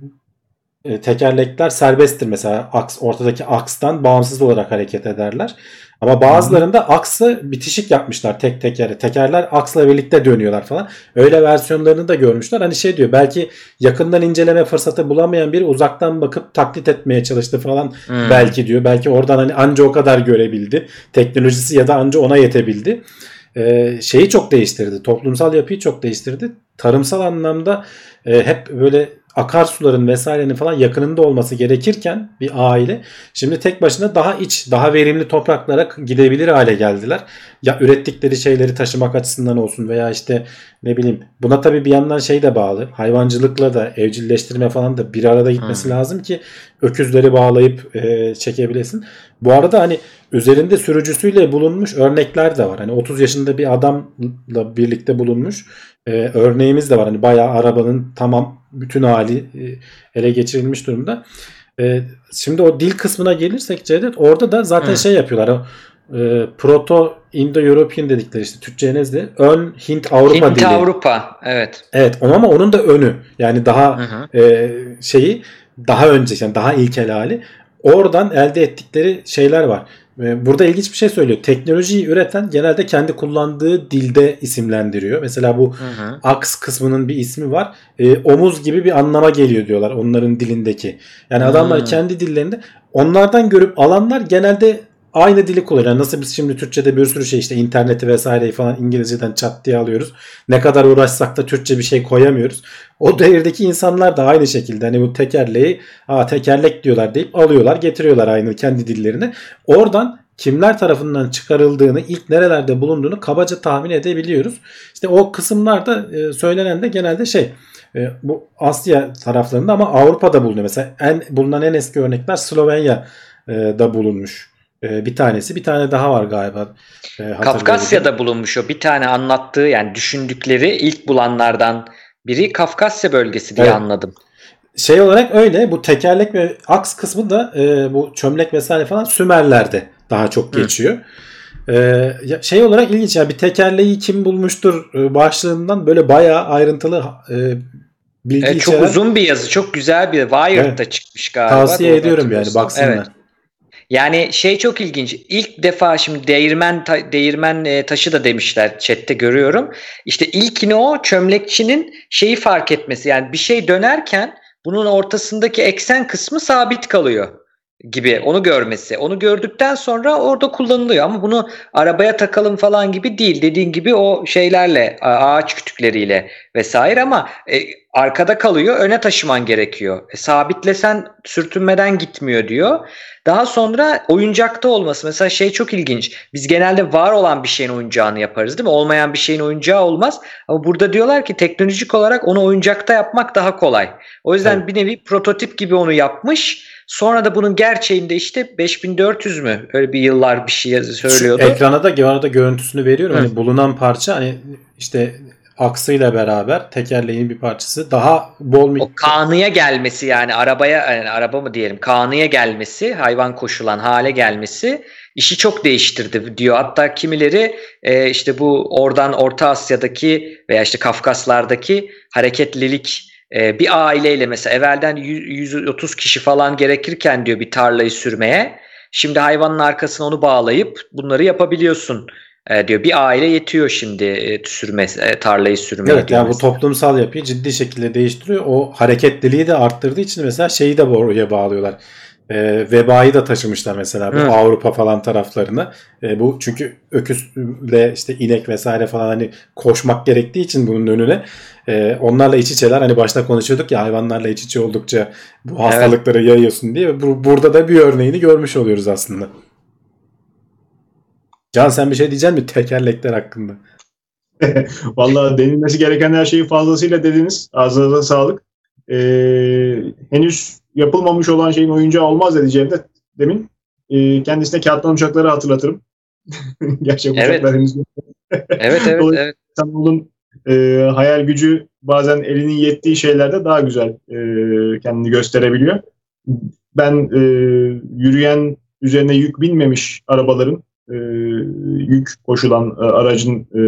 [SPEAKER 2] e, tekerlekler serbesttir mesela aks, ortadaki akstan bağımsız olarak hareket ederler. Ama bazılarında aksı bitişik yapmışlar tek tekere. Tekerler aksla birlikte dönüyorlar falan. Öyle versiyonlarını da görmüşler. Hani şey diyor belki yakından inceleme fırsatı bulamayan biri uzaktan bakıp taklit etmeye çalıştı falan hmm. belki diyor. Belki oradan hani anca o kadar görebildi. Teknolojisi ya da anca ona yetebildi. Ee, şeyi çok değiştirdi. Toplumsal yapıyı çok değiştirdi. Tarımsal anlamda e, hep böyle akarsuların vesairenin falan yakınında olması gerekirken bir aile şimdi tek başına daha iç, daha verimli topraklara gidebilir hale geldiler. Ya ürettikleri şeyleri taşımak açısından olsun veya işte ne bileyim buna tabii bir yandan şey de bağlı. Hayvancılıkla da evcilleştirme falan da bir arada gitmesi hmm. lazım ki öküzleri bağlayıp e, çekebilesin. Bu arada hani üzerinde sürücüsüyle bulunmuş örnekler de var. Hani otuz yaşında bir adamla birlikte bulunmuş e, örneğimiz de var. Hani bayağı arabanın tamam bütün hali e, ele geçirilmiş durumda. E, şimdi o dil kısmına gelirsek Cevdet orada da zaten hmm. şey yapıyorlar. O e, Proto Indo-European dedikleri işte Türkçe'ye ne dedi? Ön Hint Avrupa
[SPEAKER 4] Hint
[SPEAKER 2] dili.
[SPEAKER 4] Avrupa evet.
[SPEAKER 2] Evet ama onun da önü. Yani daha e, şeyi daha önce yani daha ilkel hali. Oradan elde ettikleri şeyler var. Burada ilginç bir şey söylüyor. Teknolojiyi üreten genelde kendi kullandığı dilde isimlendiriyor. Mesela bu hı hı. aks kısmının bir ismi var. E, omuz gibi bir anlama geliyor diyorlar onların dilindeki. Yani adamlar hı. kendi dillerinde onlardan görüp alanlar genelde aynı dili kullanıyor. Yani nasıl biz şimdi Türkçe'de bir sürü şey işte interneti vesaireyi falan İngilizceden çat diye alıyoruz. Ne kadar uğraşsak da Türkçe bir şey koyamıyoruz. O devirdeki insanlar da aynı şekilde hani bu tekerleği aa tekerlek diyorlar deyip alıyorlar getiriyorlar aynı kendi dillerine. Oradan kimler tarafından çıkarıldığını ilk nerelerde bulunduğunu kabaca tahmin edebiliyoruz. İşte o kısımlarda e, söylenen de genelde şey e, bu Asya taraflarında ama Avrupa'da bulunuyor. Mesela en bulunan en eski örnekler Slovenya'da bulunmuş. Bir tanesi bir tane daha var galiba.
[SPEAKER 4] Kafkasya'da bulunmuş o. Bir tane anlattığı yani düşündükleri ilk bulanlardan biri Kafkasya bölgesi diye evet. anladım.
[SPEAKER 2] Şey olarak öyle bu tekerlek ve aks kısmı da e, bu çömlek vesaire falan Sümerler'de daha çok geçiyor. E, şey olarak ilginç yani bir tekerleği kim bulmuştur e, başlığından böyle bayağı ayrıntılı e, bilgi
[SPEAKER 4] evet, çok içeren... uzun bir yazı. Çok güzel bir Wired'da evet. çıkmış galiba.
[SPEAKER 2] Tavsiye ediyorum yani baksınlar.
[SPEAKER 4] Evet. Yani şey çok ilginç. İlk defa şimdi değirmen ta, değirmen taşı da demişler chatte görüyorum. İşte ilkini o çömlekçinin şeyi fark etmesi. Yani bir şey dönerken bunun ortasındaki eksen kısmı sabit kalıyor gibi onu görmesi. Onu gördükten sonra orada kullanılıyor ama bunu arabaya takalım falan gibi değil. Dediğin gibi o şeylerle ağaç kütükleriyle vesaire ama e, arkada kalıyor, öne taşıman gerekiyor. E, sabitlesen sürtünmeden gitmiyor diyor. Daha sonra oyuncakta olması mesela şey çok ilginç. Biz genelde var olan bir şeyin oyuncağını yaparız değil mi? Olmayan bir şeyin oyuncağı olmaz. Ama burada diyorlar ki teknolojik olarak onu oyuncakta yapmak daha kolay. O yüzden evet. bir nevi prototip gibi onu yapmış. Sonra da bunun gerçeğinde işte beş bin dört yüz mü? Öyle bir yıllar bir şey söylüyordu.
[SPEAKER 2] Şu ekrana da arada görüntüsünü veriyorum. Hı. Hani bulunan parça hani işte aksıyla beraber tekerleğin bir parçası daha bol miktar.
[SPEAKER 4] O kanıya gelmesi yani arabaya yani araba mı diyelim kanıya gelmesi hayvan koşulan hale gelmesi işi çok değiştirdi diyor. Hatta kimileri e, işte bu oradan Orta Asya'daki veya işte Kafkaslardaki hareketlilik e, bir aileyle mesela evvelden yüz otuz kişi falan gerekirken diyor bir tarlayı sürmeye. Şimdi hayvanın arkasına onu bağlayıp bunları yapabiliyorsun. E, diyor bir aile yetiyor şimdi e, sürme e, tarlayı sürmeye.
[SPEAKER 2] Evet yani bu toplumsal yapıyı ciddi şekilde değiştiriyor. O hareketliliği de arttırdığı için mesela şeyi de oraya bağlıyorlar. E, vebayı da taşımışlar mesela bu Hı. Avrupa falan taraflarına. E, bu çünkü öküzle işte inek vesaire falan hani koşmak gerektiği için bunun önüne e, onlarla iç içeler hani başta konuşuyorduk ya hayvanlarla iç içe oldukça bu hastalıkları evet. yayıyorsun diye. Bu, burada da bir örneğini görmüş oluyoruz aslında. Can sen bir şey diyecek misin tekerlekler hakkında?
[SPEAKER 3] Vallahi denilmesi gereken her şeyi fazlasıyla dediniz. Ağzınıza sağlık. Ee, henüz yapılmamış olan şeyin oyuncağı olmaz dedi Cevdet demin. Ee, kendisine kağıttan uçakları hatırlatırım. Gerçek
[SPEAKER 4] Evet.
[SPEAKER 3] uçaklar henüz yok.
[SPEAKER 4] Evet evet evet.
[SPEAKER 3] İstanbul'un e, hayal gücü bazen elinin yettiği şeylerde daha güzel e, kendini gösterebiliyor. Ben e, yürüyen, üzerine yük binmemiş arabaların, e, yük koşulan e, aracın e,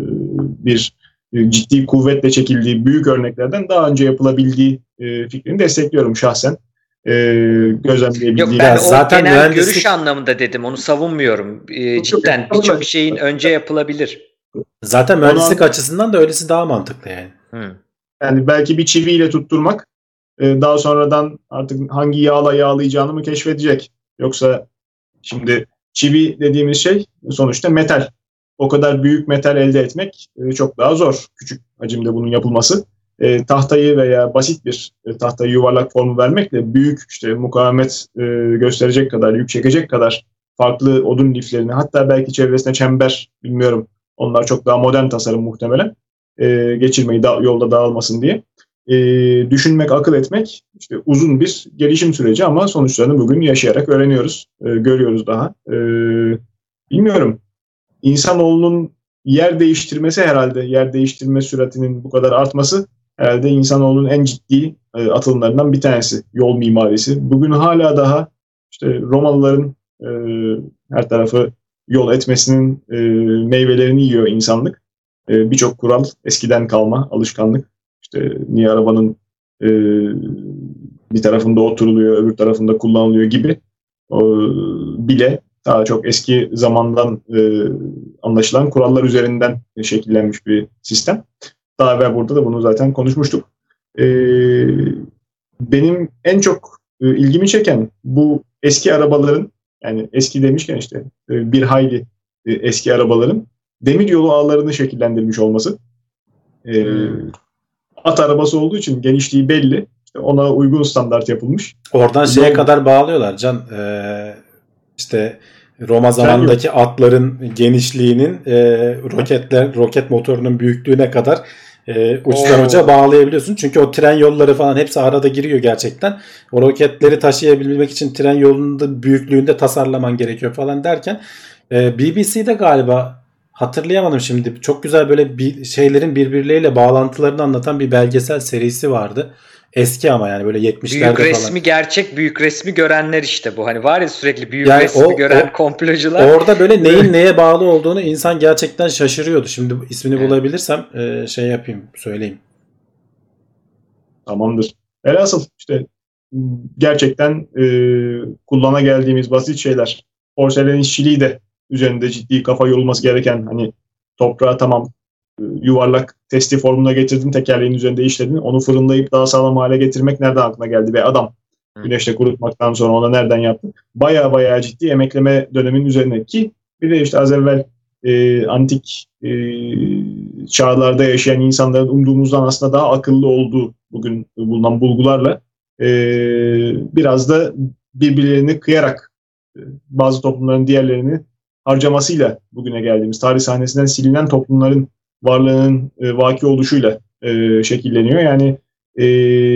[SPEAKER 3] bir e, ciddi kuvvetle çekildiği büyük örneklerden daha önce yapılabildiği e, fikrini destekliyorum şahsen. E, gözlemleyebildiğim.
[SPEAKER 4] Yok ben
[SPEAKER 2] Ya
[SPEAKER 4] o
[SPEAKER 2] zaten
[SPEAKER 4] genel
[SPEAKER 2] mühendislik-
[SPEAKER 4] görüş anlamında dedim. Onu savunmuyorum. Ee,
[SPEAKER 3] Yok,
[SPEAKER 4] cidden
[SPEAKER 3] yok,
[SPEAKER 4] birçok
[SPEAKER 3] yok.
[SPEAKER 4] şeyin önce yapılabilir.
[SPEAKER 2] Zaten mühendislik
[SPEAKER 3] Ona-
[SPEAKER 2] açısından da öylesi daha mantıklı yani.
[SPEAKER 4] Hı.
[SPEAKER 3] Yani belki bir çiviyle tutturmak e, daha sonradan artık hangi yağla yağlayacağını mı keşfedecek? Yoksa şimdi çivi dediğimiz şey sonuçta metal. O kadar büyük metal elde etmek e, çok daha zor. Küçük hacimde bunun yapılması. E, tahtayı veya basit bir e, tahtayı yuvarlak formu vermekle büyük işte mukavemet e, gösterecek kadar, yük çekecek kadar farklı odun liflerini, hatta belki çevresine çember, bilmiyorum. Onlar çok daha modern tasarım muhtemelen. E, geçirmeyi da, yolda dağılmasın diye. E, düşünmek, akıl etmek işte uzun bir gelişim süreci ama sonuçlarını bugün yaşayarak öğreniyoruz. E, görüyoruz daha. E, bilmiyorum. İnsanoğlunun yer değiştirmesi herhalde, yer değiştirme süratinin bu kadar artması herhalde insanoğlunun en ciddi e, atılımlarından bir tanesi. Yol mimarisi. Bugün hala daha işte Romalıların e, her tarafı yol etmesinin e, meyvelerini yiyor insanlık. E, Birçok kural eskiden kalma alışkanlık. İşte niye arabanın e, bir tarafında oturuluyor, öbür tarafında kullanılıyor gibi o, bile daha çok eski zamandan e, anlaşılan kurallar üzerinden şekillenmiş bir sistem. Daha evvel burada da bunu zaten konuşmuştuk. E, benim en çok e, ilgimi çeken bu eski arabaların, yani eski demişken işte e, bir hayli e, eski arabaların demiryolu ağlarını şekillendirmiş olması. E,
[SPEAKER 4] Hmm.
[SPEAKER 3] At arabası olduğu için genişliği belli. İşte ona uygun standart yapılmış.
[SPEAKER 2] Oradan şeye
[SPEAKER 3] Yol-
[SPEAKER 2] kadar bağlıyorlar Can. Ee, işte Roma zamanındaki atların genişliğinin e, roketler roket motorunun büyüklüğüne kadar e, uçtan
[SPEAKER 4] Oo.
[SPEAKER 2] uca bağlayabiliyorsun. Çünkü o tren yolları falan hepsi arada giriyor gerçekten. O roketleri taşıyabilmek için tren yolunun da büyüklüğünde tasarlaman gerekiyor falan derken e, B B C'de galiba, hatırlayamadım şimdi, çok güzel böyle bir şeylerin birbirleriyle bağlantılarını anlatan bir belgesel serisi vardı. Eski ama yani böyle yetmişlerde
[SPEAKER 4] Büyük
[SPEAKER 2] falan.
[SPEAKER 4] resmi, gerçek büyük resmi görenler işte bu. Hani var ya sürekli büyük
[SPEAKER 2] Yani
[SPEAKER 4] resmi
[SPEAKER 2] o-
[SPEAKER 4] gören
[SPEAKER 2] o-
[SPEAKER 4] komplocular.
[SPEAKER 2] Orada böyle neyin neye bağlı olduğunu insan gerçekten şaşırıyordu. Şimdi ismini
[SPEAKER 4] Evet.
[SPEAKER 2] bulabilirsem e, şey yapayım, söyleyeyim.
[SPEAKER 3] Tamamdır. Velhasıl işte gerçekten e, kullana geldiğimiz basit şeyler. Porselen işçiliği de üzerinde ciddi kafa yorulması gereken, hani toprağa tamam e, yuvarlak testi formuna getirdin, tekerleğin üzerinde işledin. Onu fırınlayıp daha sağlam hale getirmek nereden aklına geldi ve adam
[SPEAKER 4] Hı.
[SPEAKER 3] güneşte kurutmaktan sonra ona nereden yaptı? Baya baya ciddi emekleme dönemin üzerine, ki bir de işte az evvel e, antik e, çağlarda yaşayan insanların umduğumuzdan aslında daha akıllı olduğu bugün bulunan bulgularla e, biraz da birbirlerini kıyarak e, bazı toplumların diğerlerini harcamasıyla bugüne geldiğimiz tarih sahnesinden silinen toplumların varlığının e, vaki oluşuyla e, şekilleniyor. Yani e,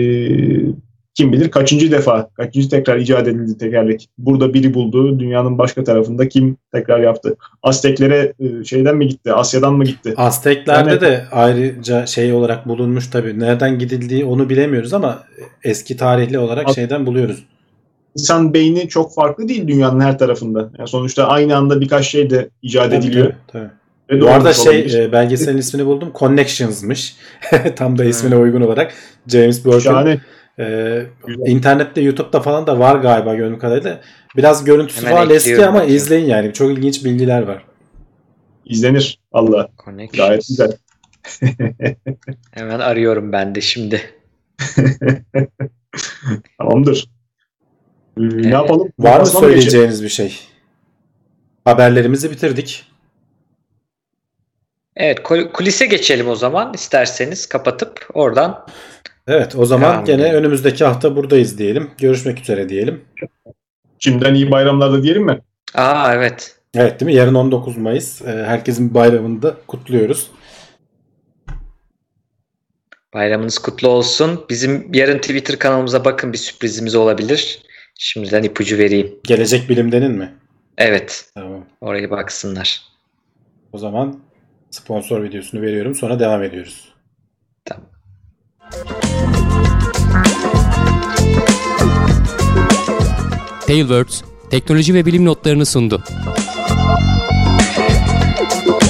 [SPEAKER 3] kim bilir kaçıncı defa, kaçıncı tekrar icat edildi tekerlek. Burada biri buldu, dünyanın başka tarafında kim tekrar yaptı? Azteklere e, şeyden mi gitti, Asya'dan mı gitti?
[SPEAKER 2] Azteklerde
[SPEAKER 3] Yani-
[SPEAKER 2] de ayrıca şey olarak bulunmuş tabii. Nereden gidildiği onu bilemiyoruz ama eski tarihli olarak
[SPEAKER 3] Az-
[SPEAKER 2] şeyden buluyoruz.
[SPEAKER 3] İnsan beyni çok farklı değil dünyanın her tarafında. Yani sonuçta aynı anda birkaç şey de icat
[SPEAKER 2] Tabii,
[SPEAKER 3] ediliyor.
[SPEAKER 2] tabii, tabii.
[SPEAKER 3] Ve
[SPEAKER 2] Bu
[SPEAKER 3] de
[SPEAKER 2] arada
[SPEAKER 3] olmuş
[SPEAKER 2] şey
[SPEAKER 3] olabilir.
[SPEAKER 2] e, belgeselin ismini buldum. Connections'mış. Tam da ismine uygun olarak. James Burke'ın
[SPEAKER 3] Şahane.
[SPEAKER 2] e,
[SPEAKER 3] Güzel.
[SPEAKER 2] internette, YouTube'da falan da var galiba gördüğüm kadarıyla. Biraz görüntüsü
[SPEAKER 4] Hemen
[SPEAKER 2] falan eski
[SPEAKER 4] ekliyorum
[SPEAKER 2] ama
[SPEAKER 4] bakayım.
[SPEAKER 2] izleyin yani. Çok ilginç bilgiler var.
[SPEAKER 3] İzlenir. Allah.
[SPEAKER 4] Connections.
[SPEAKER 3] Gayet güzel.
[SPEAKER 4] Hemen arıyorum ben de şimdi.
[SPEAKER 3] Tamamdır. Ee, Ne yapalım?
[SPEAKER 2] Var mı
[SPEAKER 3] Basına geçelim?
[SPEAKER 2] söyleyeceğiniz bir şey? Haberlerimizi bitirdik.
[SPEAKER 4] Evet, kul- kulise geçelim o zaman isterseniz, kapatıp oradan.
[SPEAKER 2] Evet, o zaman
[SPEAKER 4] Tamam,
[SPEAKER 2] gene
[SPEAKER 4] diyelim.
[SPEAKER 2] önümüzdeki hafta buradayız diyelim. Görüşmek üzere diyelim.
[SPEAKER 3] Şimdiden iyi bayramlar da diyelim mi?
[SPEAKER 4] Aa evet.
[SPEAKER 2] Evet, değil mi? Yarın on dokuz Mayıs. Ee, Herkesin bayramını da kutluyoruz.
[SPEAKER 4] Bayramınız kutlu olsun. Bizim yarın Twitter kanalımıza bakın, bir sürprizimiz olabilir. Şimdiden ipucu vereyim.
[SPEAKER 2] Gelecek Bilim'denin mi?
[SPEAKER 4] Evet.
[SPEAKER 2] Tamam.
[SPEAKER 4] Oraya baksınlar.
[SPEAKER 2] O zaman sponsor videosunu veriyorum. Sonra devam ediyoruz.
[SPEAKER 4] Tamam.
[SPEAKER 1] Tailwords, teknoloji ve bilim notlarını sundu.